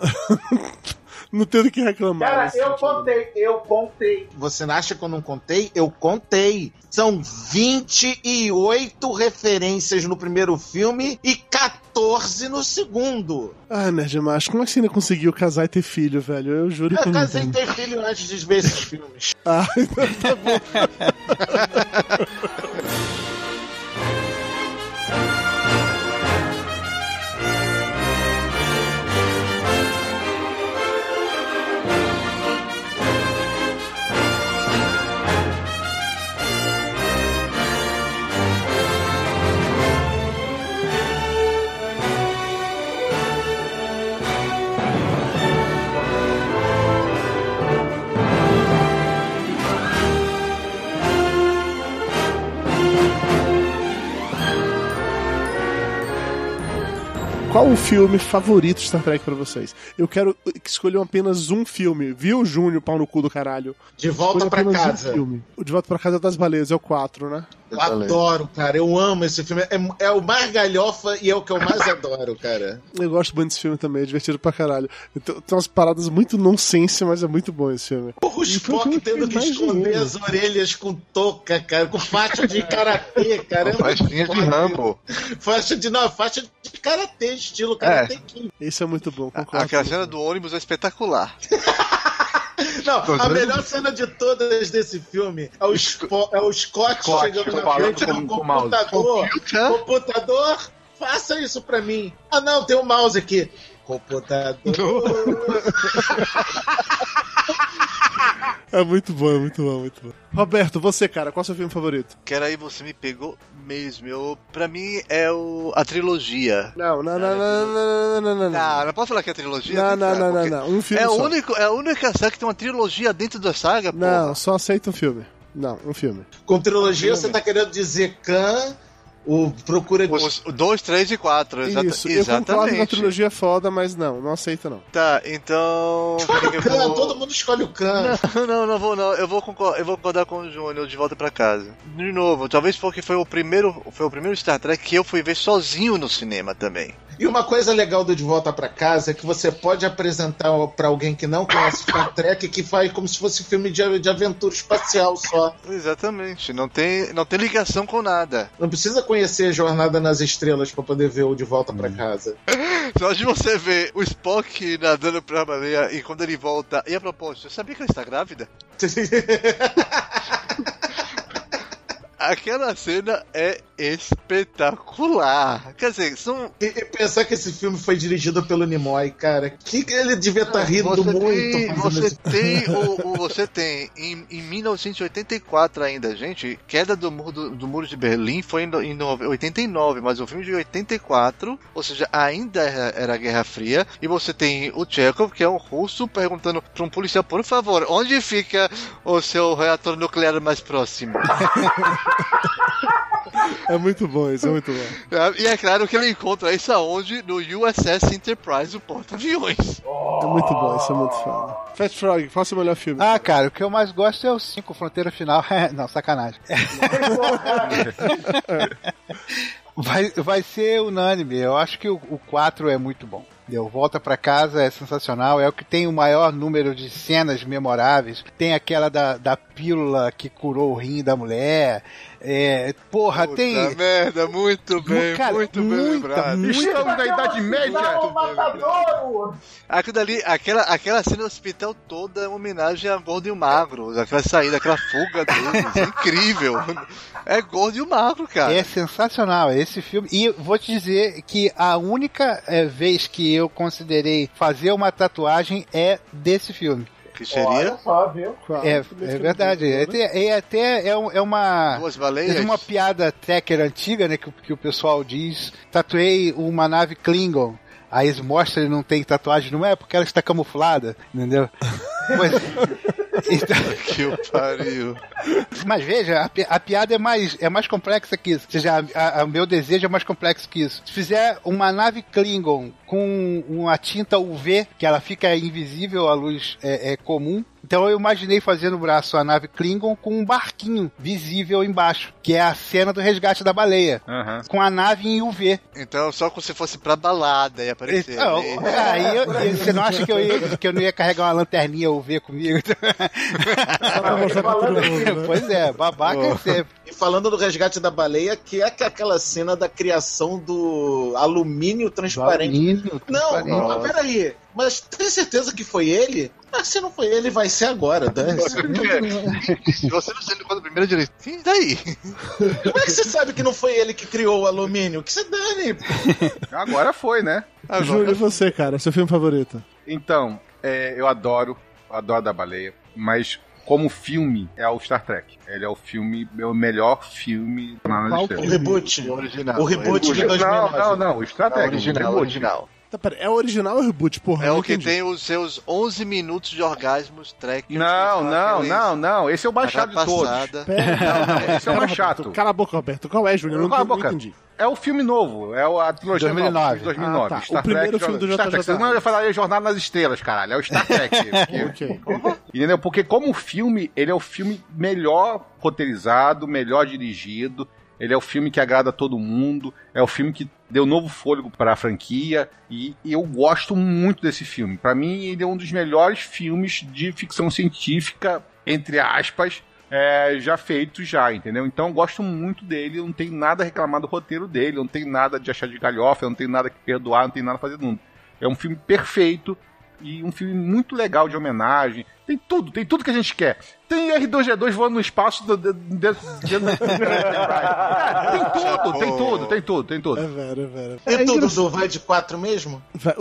Não tenho do que reclamar. Cara, eu contei. Você acha que eu não contei? Eu contei. São 28 referências no primeiro filme e 14 no segundo. Ah, Nerdmaster, como é que você ainda conseguiu casar e ter filho, velho? Eu juro que eu não casei e ter filho antes de ver esses filmes. Ah, então tá bom. Qual o filme favorito de Star Trek pra vocês? Eu quero escolher apenas um filme. Viu, Júnior, pau no cu do caralho? De Volta pra Casa. Um filme. O De Volta pra Casa das Baleias é o 4, né? Eu adoro, cara. Eu amo esse filme. É o mais galhofa e é o que eu mais adoro, cara. Eu gosto muito desse filme também. É divertido pra caralho. Então, tem umas paradas muito nonsense, mas é muito bom esse filme. O Spock tendo que esconder as orelhas com touca, cara. Com faixa de karatê, cara. Faixinha de Rambo. Faixa de karatê, estilo Karate Kid. Isso é muito bom, concordo. Aquela cena do ônibus é espetacular. Não, a melhor cena de todas desse filme é o Scott chegando na frente do computador. Computador, Faça isso pra mim. Ah, não, tem um mouse aqui. Computador. É muito bom, muito bom, muito bom. Roberto, você, cara, qual é o seu filme favorito? Que era aí você me pegou mesmo. Pra mim é a trilogia. Não. Não posso falar que é a trilogia? Não. Um filme só. É a única saga que tem uma trilogia dentro da saga, pô. Não, só aceita um filme. Não, um filme. Com trilogia, você tá querendo dizer Khan, o Procura... Os 2, 3 e 4, Isso, eu exatamente. concordo que a trilogia é foda, mas não aceita não. Tá, então... Escolhe o Khan, todo mundo escolhe o Khan. Não vou não. Eu vou concordar com o Júnior de Volta pra Casa. De novo, talvez porque foi o primeiro Star Trek que eu fui ver sozinho no cinema também. E uma coisa legal do De Volta pra Casa é que você pode apresentar pra alguém que não conhece Star Trek que faz como se fosse filme de aventura espacial só. Exatamente, não tem ligação com nada. Não precisa conhecer Jornada nas Estrelas pra poder ver o De Volta pra Casa. Só de você ver o Spock nadando pra baleia e quando ele volta... E a propósito, você sabia que ela está grávida? Aquela cena é espetacular. Quer dizer, são... E pensar que esse filme foi dirigido pelo Nimoy, cara. Que ele devia estar rindo muito. Você tem em 1984 ainda, gente. Queda do Muro de Berlim foi em 89, mas o filme de 84, ou seja, ainda era a Guerra Fria. E você tem o Chekhov, que é um russo, perguntando para um policial, por favor, onde fica o seu reator nuclear mais próximo? É muito bom isso, é muito bom. E é claro que ele encontra isso aonde? No USS Enterprise, o porta-aviões. É muito bom, isso é muito foda. Fat Frog, qual é o seu melhor filme? Ah, cara, o que eu mais gosto é o 5, Fronteira Final. Não, sacanagem. Vai ser unânime. Eu acho que o 4 é muito bom. Volta pra Casa é sensacional, é o que tem o maior número de cenas memoráveis. Tem aquela da pílula que curou o rim da mulher. Porra, puta tem... merda, muito bem, cara, muito bem lembrado. Estamos na Idade Média. Aquela cena do hospital toda é uma homenagem a Gordo e o Magro. Aquela saída, aquela fuga deles, é incrível. É Gordo e o Magro, cara. É sensacional esse filme. E vou te dizer que a única vez que eu considerei fazer uma tatuagem é desse filme. Que seria? Olha só, viu? É verdade. É uma... Duas baleias? É uma piada tracker antiga, né? Que o pessoal diz. Tatuei uma nave Klingon. Aí eles mostram que ele não tem tatuagem. Não é porque ela está camuflada, entendeu? Mas... Então... Que o pariu. Mas veja, a piada é mais complexa que isso. Ou seja, o meu desejo é mais complexo que isso. Se fizer uma nave Klingon com uma tinta UV, que ela fica invisível à luz comum, então eu imaginei fazendo o braço a nave Klingon com um barquinho visível embaixo, que é a cena do resgate da baleia, com a nave em UV. Então só como se fosse pra balada ia aparecer. Aí você não acha que eu não ia carregar uma lanterninha UV comigo? Pois é, babaca sempre. E falando do resgate da baleia, que é aquela cena da criação do alumínio transparente. Não, mas peraí. Mas tem certeza que foi ele? Mas se não foi ele, vai ser agora, Dani. Se você não sabe quando a primeira direita, e daí? Como é que você sabe que não foi ele que criou o alumínio? Que você dane? Agora foi, né? Júlio, e você, cara? Seu filme favorito? Então, eu adoro da baleia, mas como filme é o Star Trek. Ele é o melhor filme na O reboot. O reboot de 2009. Não, o Star Trek. Original. Tá, pera, é o original ou o reboot, porra? É o que tem os seus 11 minutos de orgasmos Trek. Não. Esse é o mais chato de todos. Não, esse é o mais chato. Cala a boca, Roberto. Qual é, Júnior? Eu não entendi. É o filme novo, é a trilogia 2009. de 2009. Tá. Star O primeiro Trek, filme do Star Trek. JJ. Não, eu falaria Jornada nas Estrelas, caralho. É o Star Trek. Ok. Entendeu? Porque como filme, ele é o filme melhor roteirizado, melhor dirigido. Ele é o filme que agrada a todo mundo. É o filme que deu novo fôlego para a franquia. E eu gosto muito desse filme. Para mim, ele é um dos melhores filmes de ficção científica, entre aspas, já feitos já, entendeu? Então eu gosto muito dele. Eu não tenho nada a reclamar do roteiro dele. Eu não tenho nada de achar de galhofa. Eu não tenho nada que perdoar. Eu não tenho nada a fazer do mundo. É um filme perfeito. e um filme muito legal de homenagem. Tem tudo que a gente quer. Tem R2-D2 voando no espaço dentro da... Cara, tem tudo. É velho. É tudo do Vai de 4 mesmo?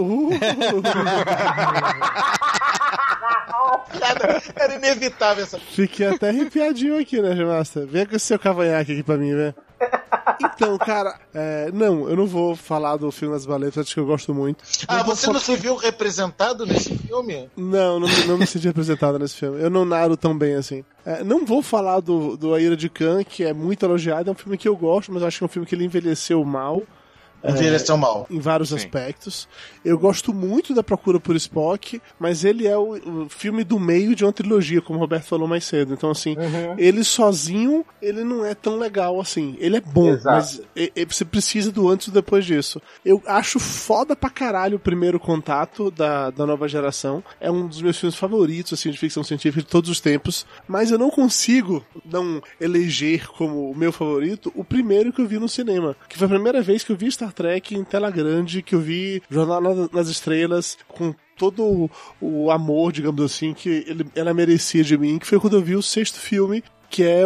Era inevitável essa. Fiquei até arrepiadinho aqui, né, Gemasta? Vem com esse seu cavanhaque aqui pra mim, né? Então, cara, não, eu não vou falar do filme das Baletas, que eu gosto muito. Você não se viu representado nesse filme? Não me senti representado nesse filme. Eu não naro tão bem assim. Não vou falar do A Ira de Khan, que é muito elogiado, é um filme que eu gosto, mas eu acho que é um filme que ele envelheceu mal. Envelheceu mal. Em vários aspectos. Eu gosto muito da Procura por Spock, mas ele é o filme do meio de uma trilogia, como o Roberto falou mais cedo. Então, assim, ele sozinho, ele não é tão legal assim. Ele é bom, mas você precisa do antes e depois disso. Eu acho foda pra caralho o Primeiro Contato da nova geração. É um dos meus filmes favoritos, assim, de ficção científica de todos os tempos. Mas eu não consigo não eleger como o meu favorito o primeiro que eu vi no cinema. Que foi a primeira vez que eu vi Star Trek em tela grande, que eu vi Jornada nas Estrelas com todo o amor, digamos assim, que ela merecia de mim, que foi quando eu vi o 6º filme, que é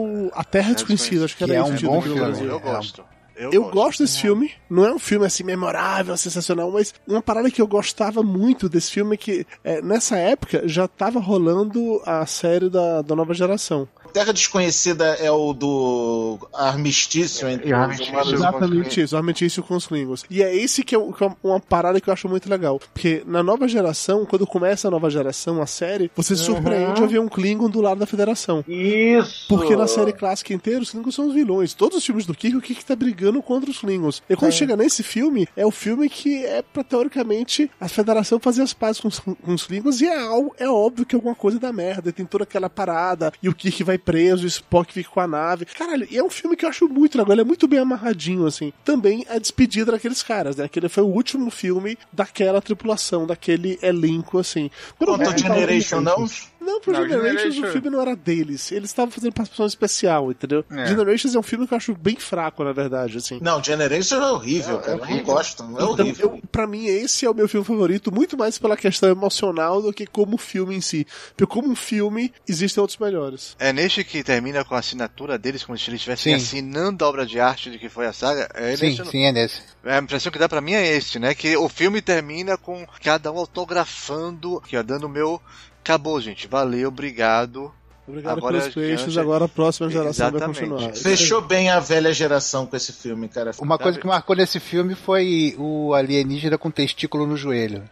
A Terra Desconhecida. Acho que era um bom filme. Eu gosto. Eu gosto desse filme. Não é um filme assim memorável, sensacional, mas uma parada que eu gostava muito desse filme é que nessa época já tava rolando a série da nova geração. Terra Desconhecida é o do armistício entre os humanos. Exatamente isso, o armistício com os Klingons. E é esse que é uma parada que eu acho muito legal. Porque na nova geração, quando começa a nova geração, a série, você se surpreende a ver um Klingon do lado da Federação. Isso! Porque na série clássica inteira, os Klingons são os vilões. Todos os filmes do Kirk, o Kirk tá brigando contra os Klingons. E quando chega nesse filme, é o filme que é pra, teoricamente, a Federação fazer as pazes com os Klingons, e é óbvio que alguma coisa dá merda. E tem toda aquela parada, e o Kirk vai preso, o Spock fica com a nave. Caralho, e é um filme que eu acho muito legal, ele é muito bem amarradinho, assim. Também a despedida daqueles caras, né? Aquele foi o último filme daquela tripulação, daquele elenco, assim. Quanto Generation, não? Não, pro Generations o filme não era deles. Eles estavam fazendo participação especial, entendeu? Generations é um filme que eu acho bem fraco, na verdade, assim. Não, Generations é horrível, cara. Eu não gosto. É horrível. Pra mim, esse é o meu filme favorito, muito mais pela questão emocional do que como filme em si. Porque como um filme, existem outros melhores. É neste que termina com a assinatura deles, como se eles estivessem assinando a obra de arte de que foi a saga. É nesse. A impressão que dá pra mim é este, né? Que o filme termina com cada um autografando, aqui, ó, dando o meu... Acabou, gente. Valeu, obrigado. Obrigado pelos peixes, agora a próxima geração vai continuar. Fechou bem a velha geração com esse filme, cara. Uma coisa que marcou nesse filme foi o alienígena com testículo no joelho.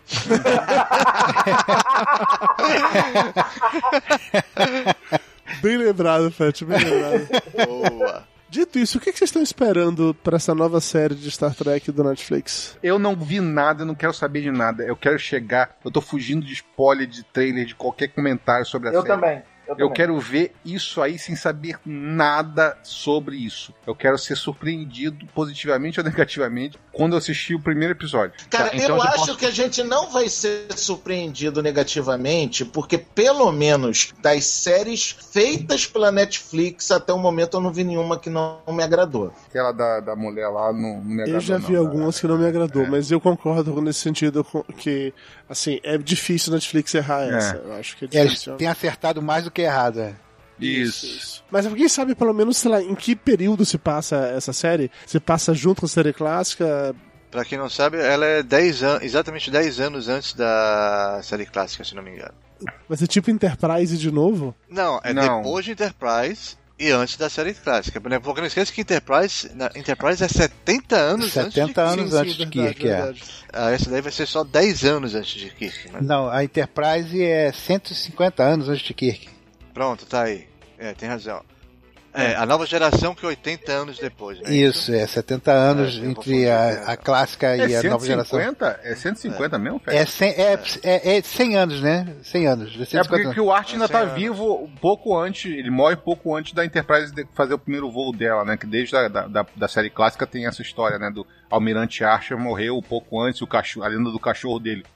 Bem lembrado, Fett, bem lembrado. Boa. Dito isso, o que vocês estão esperando pra essa nova série de Star Trek do Netflix? Eu não vi nada, não quero saber de nada. Eu quero chegar... Eu tô fugindo de spoiler, de trailer, de qualquer comentário sobre a série. Eu também. Eu quero ver isso aí sem saber nada sobre isso. Eu quero ser surpreendido positivamente ou negativamente quando eu assistir o primeiro episódio. Cara, então eu acho que a gente não vai ser surpreendido negativamente, porque pelo menos das séries feitas pela Netflix, até o momento eu não vi nenhuma que não me agradou. Aquela da mulher lá não me agradou. Eu já vi algumas que não me agradou, mas eu concordo nesse sentido que, assim, é difícil a Netflix errar essa. Eu acho que é difícil. Eles têm acertado mais do que errado, Isso. Mas alguém sabe pelo menos, sei lá, em que período se passa essa série? Se passa junto com a série clássica? Pra quem não sabe, ela é exatamente 10 anos antes da série clássica, se não me engano. Vai ser tipo Enterprise de novo? Não, depois de Enterprise e antes da série clássica. Porque não esquece que Enterprise é 70 anos antes de Kirk. 70 anos antes de Kirk, Essa daí vai ser só 10 anos antes de Kirk. Né? Não, a Enterprise é 150 anos antes de Kirk. Pronto, tá aí. Tem razão. A nova geração que é 80 anos depois, né? Isso, 70 anos entre a clássica e a nova geração. É 150 mesmo, Fred? É 100 anos, né? 100 anos. Porque o Art ainda tá vivo um pouco antes, ele morre pouco antes da Enterprise fazer o primeiro voo dela, né? Que desde da série clássica tem essa história, né? Do Almirante Archer morreu um pouco antes, a lenda do cachorro dele.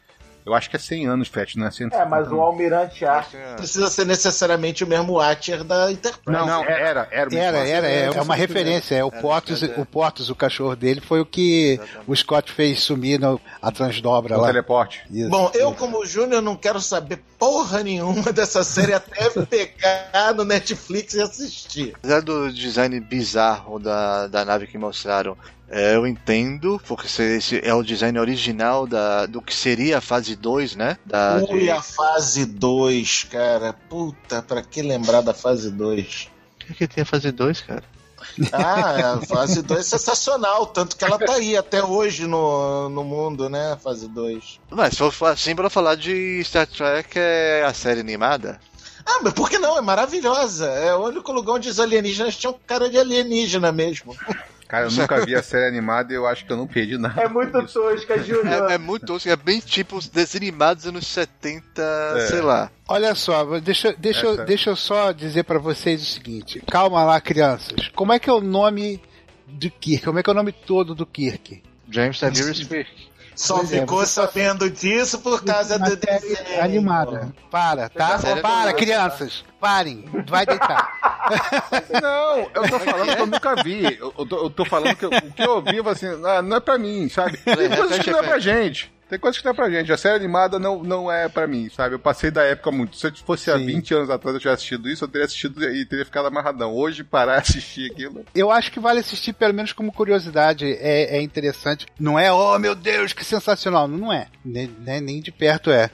Eu acho que é 100 anos, Fett, não é 100 É, mas o Almirante Archer Não precisa ser necessariamente o mesmo Watcher da Enterprise. Não, era. É uma referência. É o Portus, o cachorro dele, foi o que o Scott fez sumir a transdobra O lá. teleporte. Isso. Bom, eu como Júnior não quero saber porra nenhuma dessa série até pegar no Netflix e assistir. Apesar do design bizarro da nave que mostraram, eu entendo, porque esse é o design original do que seria a fase 2, né? Ui, a fase 2, cara. Puta, pra que lembrar da fase 2? O que tem a fase 2, cara? A fase 2 é sensacional, tanto que ela tá aí até hoje no mundo, né? A fase 2. Mas se for assim pra falar de Star Trek, é a série animada? Ah, mas por que não? É maravilhosa. É o único lugar onde os alienígenas tinham cara de alienígena mesmo. Cara, eu nunca vi a série animada e eu acho que eu não perdi nada. é muito tosca, Júnior. É muito tosco, é bem tipo os desenhos animados dos anos 70, sei lá. Olha só, deixa eu só dizer pra vocês o seguinte. Calma lá, crianças. Como é que é o nome do Kirk? Como é que é o nome todo do Kirk? James Tiberius Kirk. Só Pois é, ficou você só- sabendo disso por causa do desenho. Animada. Para, tá? Série Para, animada. crianças. Parem. Vai deitar. Não, eu tô falando que eu nunca vi. Eu tô falando que o que eu ouvi, eu falei assim, não é pra mim, sabe? Tem coisas que não é pra gente. Tem coisas que não é pra gente. A série animada não é pra mim, sabe? Eu passei da época muito. Se eu fosse há 20 anos atrás eu tivesse assistido isso, eu teria assistido e teria ficado amarradão. Hoje, parar e assistir aquilo. Eu acho que vale assistir pelo menos como curiosidade. É interessante. Não é, oh meu Deus, que sensacional. Não é. Nem de perto é.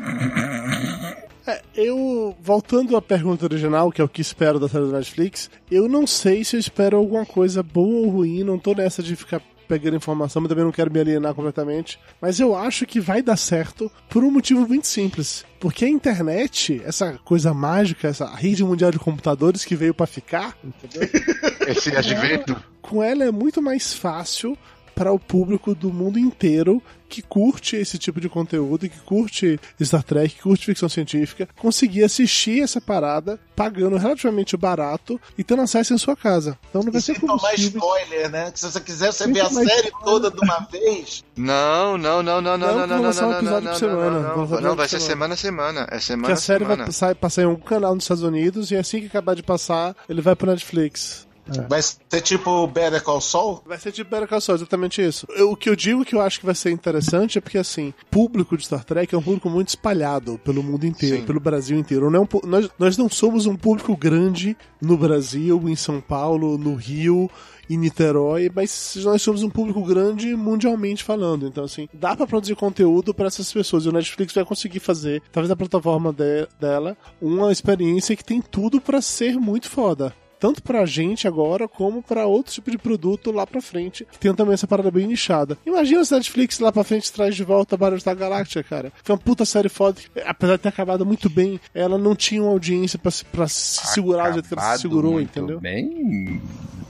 Voltando à pergunta original, que é o que espero da série do Netflix, eu não sei se eu espero alguma coisa boa ou ruim, não tô nessa de ficar pegando informação, mas também não quero me alienar completamente, mas eu acho que vai dar certo por um motivo muito simples, porque a internet, essa coisa mágica, essa rede mundial de computadores que veio pra ficar, entendeu? Esse advento. Com ela é muito mais fácil para o público do mundo inteiro que curte esse tipo de conteúdo, que curte Star Trek, que curte ficção científica, conseguir assistir essa parada pagando relativamente barato e tendo acesso em sua casa. Então não vai E ser sem tomar combustível. spoiler, né? Que se você quiser você Sem ver a tomar série spoiler. toda de uma vez. Não, vou lançar um episódio por semana. Não, vai ser semana a semana. É semana Que a série semana. vai passar em um canal nos Estados Unidos e assim que acabar de passar, ele vai pro Netflix. Vai ser tipo Better Call Saul? Vai ser tipo Better Call Saul, exatamente isso. O que eu digo que eu acho que vai ser interessante é porque, assim, público de Star Trek é um público muito espalhado pelo mundo inteiro, Sim. pelo Brasil inteiro. Não é nós não somos um público grande no Brasil, em São Paulo, no Rio, em Niterói, mas nós somos um público grande mundialmente falando. Então, assim, dá pra produzir conteúdo pra essas pessoas. E o Netflix vai conseguir fazer, talvez a plataforma dela, uma experiência que tem tudo pra ser muito foda. Tanto pra gente agora, como pra outro tipo de produto lá pra frente, que tem também essa parada bem nichada. Imagina se a Netflix lá pra frente traz de volta Battlestar Galactica, cara. Foi uma puta série foda, que, apesar de ter acabado muito bem, ela não tinha uma audiência pra se segurar do jeito que ela se segurou, muito entendeu? Bem.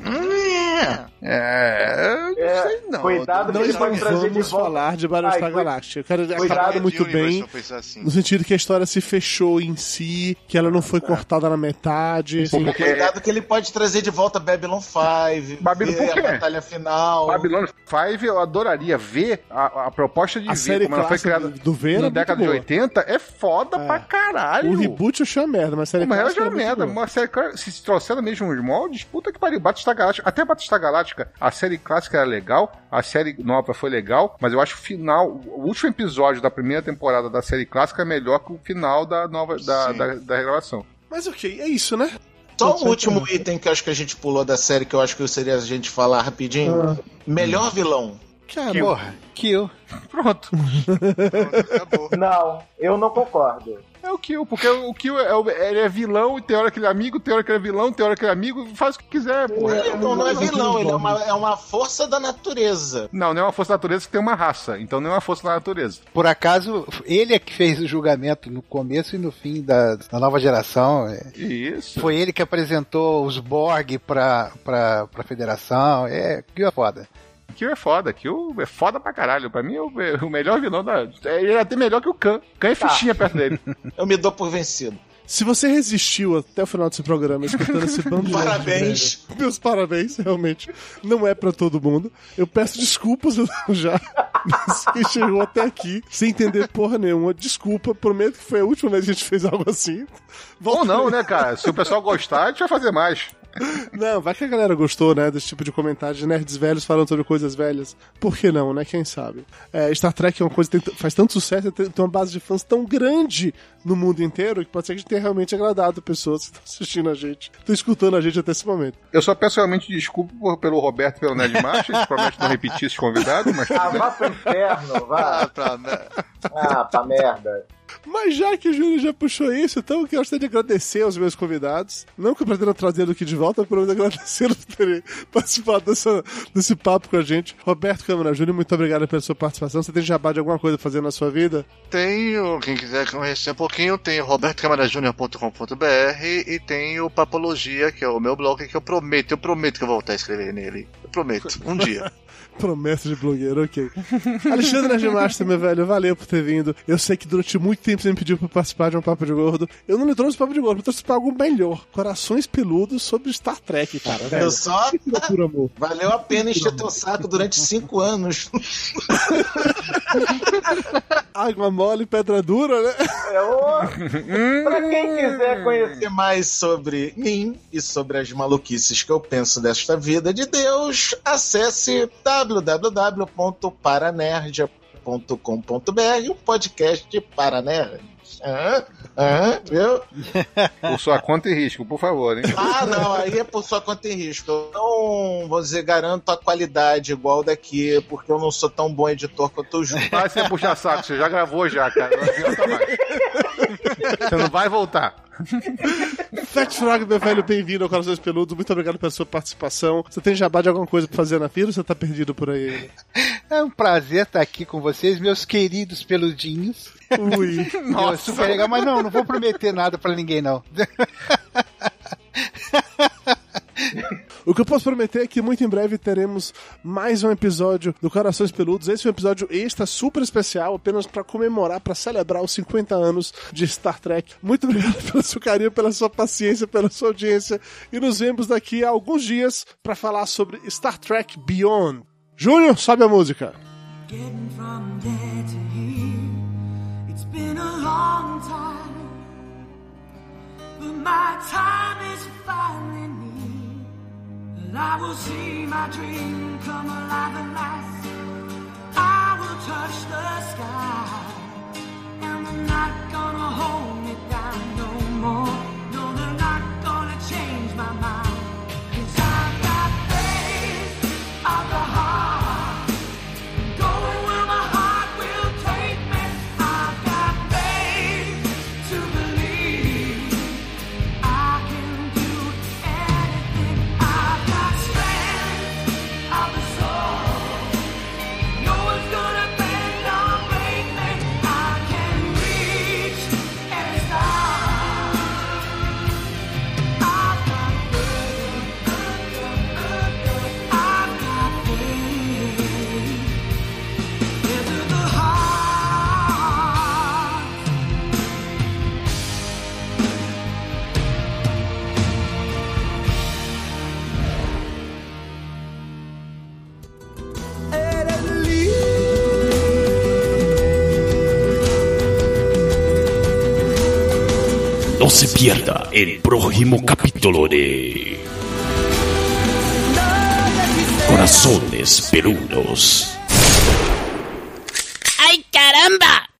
Eu não sei não. Cuidado que Nós ele pode trazer de vamos volta. falar de Battlestar Galactica. Cara, cuidado acabado muito bem, Assim. no sentido que a história se fechou em si, que ela não foi cortada na metade. Assim, Cuidado que ele pode trazer de volta Babylon 5, Babylon ver por quê? a batalha final. Babylon 5 eu adoraria ver a proposta de a ver série como ela foi clássica criada do V era na muito década de boa. 80 é foda pra caralho. O reboot eu achei uma merda, mas a série Mas ela clássica já é era muito merda. boa. Uma série, se trouxer mesmo os moldes, puta que pariu. Battlestar Galáctica, até Battlestar Galáctica, a série clássica era legal, a série nova foi legal, mas eu acho o final, o último episódio da primeira temporada da série clássica é melhor que o final da nova, da regravação. Mas ok, é isso, né? Só um último item que eu acho que a gente pulou da série, que eu acho que seria a gente falar rapidinho. Melhor vilão. Cara, Porra, Kill. Pronto. Acabou. Não, eu não concordo. É o Kill, porque o Kill ele é vilão, e tem hora que ele é amigo, tem hora que ele é vilão, tem hora que ele é amigo, faz o que quiser, porra. Então não é vilão, ele é uma força da natureza. Não é uma força da natureza que tem uma raça, então não é uma força da natureza. Por acaso, ele é que fez o julgamento no começo e no fim da nova geração. Isso. Foi ele que apresentou os Borg pra federação. Kill é foda. Kill é foda, Kill é foda pra caralho. Pra mim é o melhor vilão da... Ele é até melhor que o Khan. Khan é fichinha perto dele. Eu me dou por vencido. Se você resistiu até o final desse programa escutando esse bando de Parabéns. velho, meus parabéns, realmente. Não é pra todo mundo. Eu peço desculpas já. Quem chegou até aqui sem entender porra nenhuma. Desculpa, prometo que foi a última vez que a gente fez algo assim. Ou não, né, cara? Se o pessoal gostar, a gente vai fazer mais. Não, vai que a galera gostou, né, desse tipo de comentário de nerds velhos falando sobre coisas velhas. Por que não, né? Quem sabe? Star Trek é uma coisa que faz tanto sucesso, tem uma base de fãs tão grande no mundo inteiro que pode ser que a gente tenha realmente agradado pessoas que estão assistindo a gente, estão escutando a gente até esse momento. Eu só peço realmente desculpa pelo Roberto e pelo Nerd Macho, eles prometem não repetir esses convidados, mas... vá pro inferno, vá. Pra merda. Mas já que o Júlio já puxou isso, então eu gostaria de agradecer aos meus convidados. Não que eu pretenda trazê-lo aqui de volta, mas prometo agradecer por terem participado desse papo com a gente. Roberto Câmara Júnior, muito obrigado pela sua participação. Você tem jabá de alguma coisa pra fazer na sua vida? Tenho, quem quiser conhecer um pouquinho, tem robertocamaraJunior.com.br e tem o Papologia, que é o meu blog, que eu prometo que eu vou voltar a escrever nele. Eu prometo, um dia. Promessa de blogueiro, ok. Alexandre Nerdmaster, meu velho, valeu por ter vindo. Eu sei que durante muito tempo você me pediu pra participar de um Papo de Gordo. Eu não lhe trouxe Papo de Gordo, eu trouxe pra algo melhor. Corações peludos sobre Star Trek, cara. Eu Velho. só... Que loucura, amor. Valeu a pena encher teu saco durante 5 anos. Água mole, pedra dura, né? Pra quem quiser conhecer Conhecer mais sobre mim e sobre as maluquices que eu penso desta vida de Deus, acesse www.paranerd.com.br, o podcast para nerds. Viu? Por sua conta e risco, por favor, hein? Ah, não, aí é por sua conta e risco. Eu não, vou dizer, garanto a qualidade igual daqui, porque eu não sou tão bom editor quanto o Ju. Vai ser puxar saco, você já gravou já, cara. Não adianta mais. Você não vai voltar. Fat Frog, meu velho, bem-vindo ao Corações Peludos. Muito obrigado pela sua participação. Você tem jabá de alguma coisa pra fazer na vida ou você tá perdido por aí ainda? É um prazer estar aqui com vocês, meus queridos peludinhos. Ui. Nossa, super legal, mas não vou prometer nada pra ninguém, não. O que eu posso prometer é que muito em breve teremos mais um episódio do Corações Peludos. Esse é um episódio extra, super especial, apenas para comemorar, para celebrar os 50 anos de Star Trek. Muito obrigado pelo seu carinho, pela sua paciência, pela sua audiência. E nos vemos daqui a alguns dias para falar sobre Star Trek Beyond. Júnior, sobe a música. Getting from there to here, it's been a long time, but my time is finally near. I will see my dream come alive at last. I will touch the sky, and they're not gonna hold me down no more. No, they're not gonna change my mind. 'Cause I've got faith of the heart, going where my heart will take me. I've got faith to believe I can do anything. I've got strength of the soul. No one's gonna bend or break me. I can reach any star. I've got faith. I've got faith. Into the heart. No se pierda el próximo capítulo de Corazones Peludos. ¡Ay, caramba!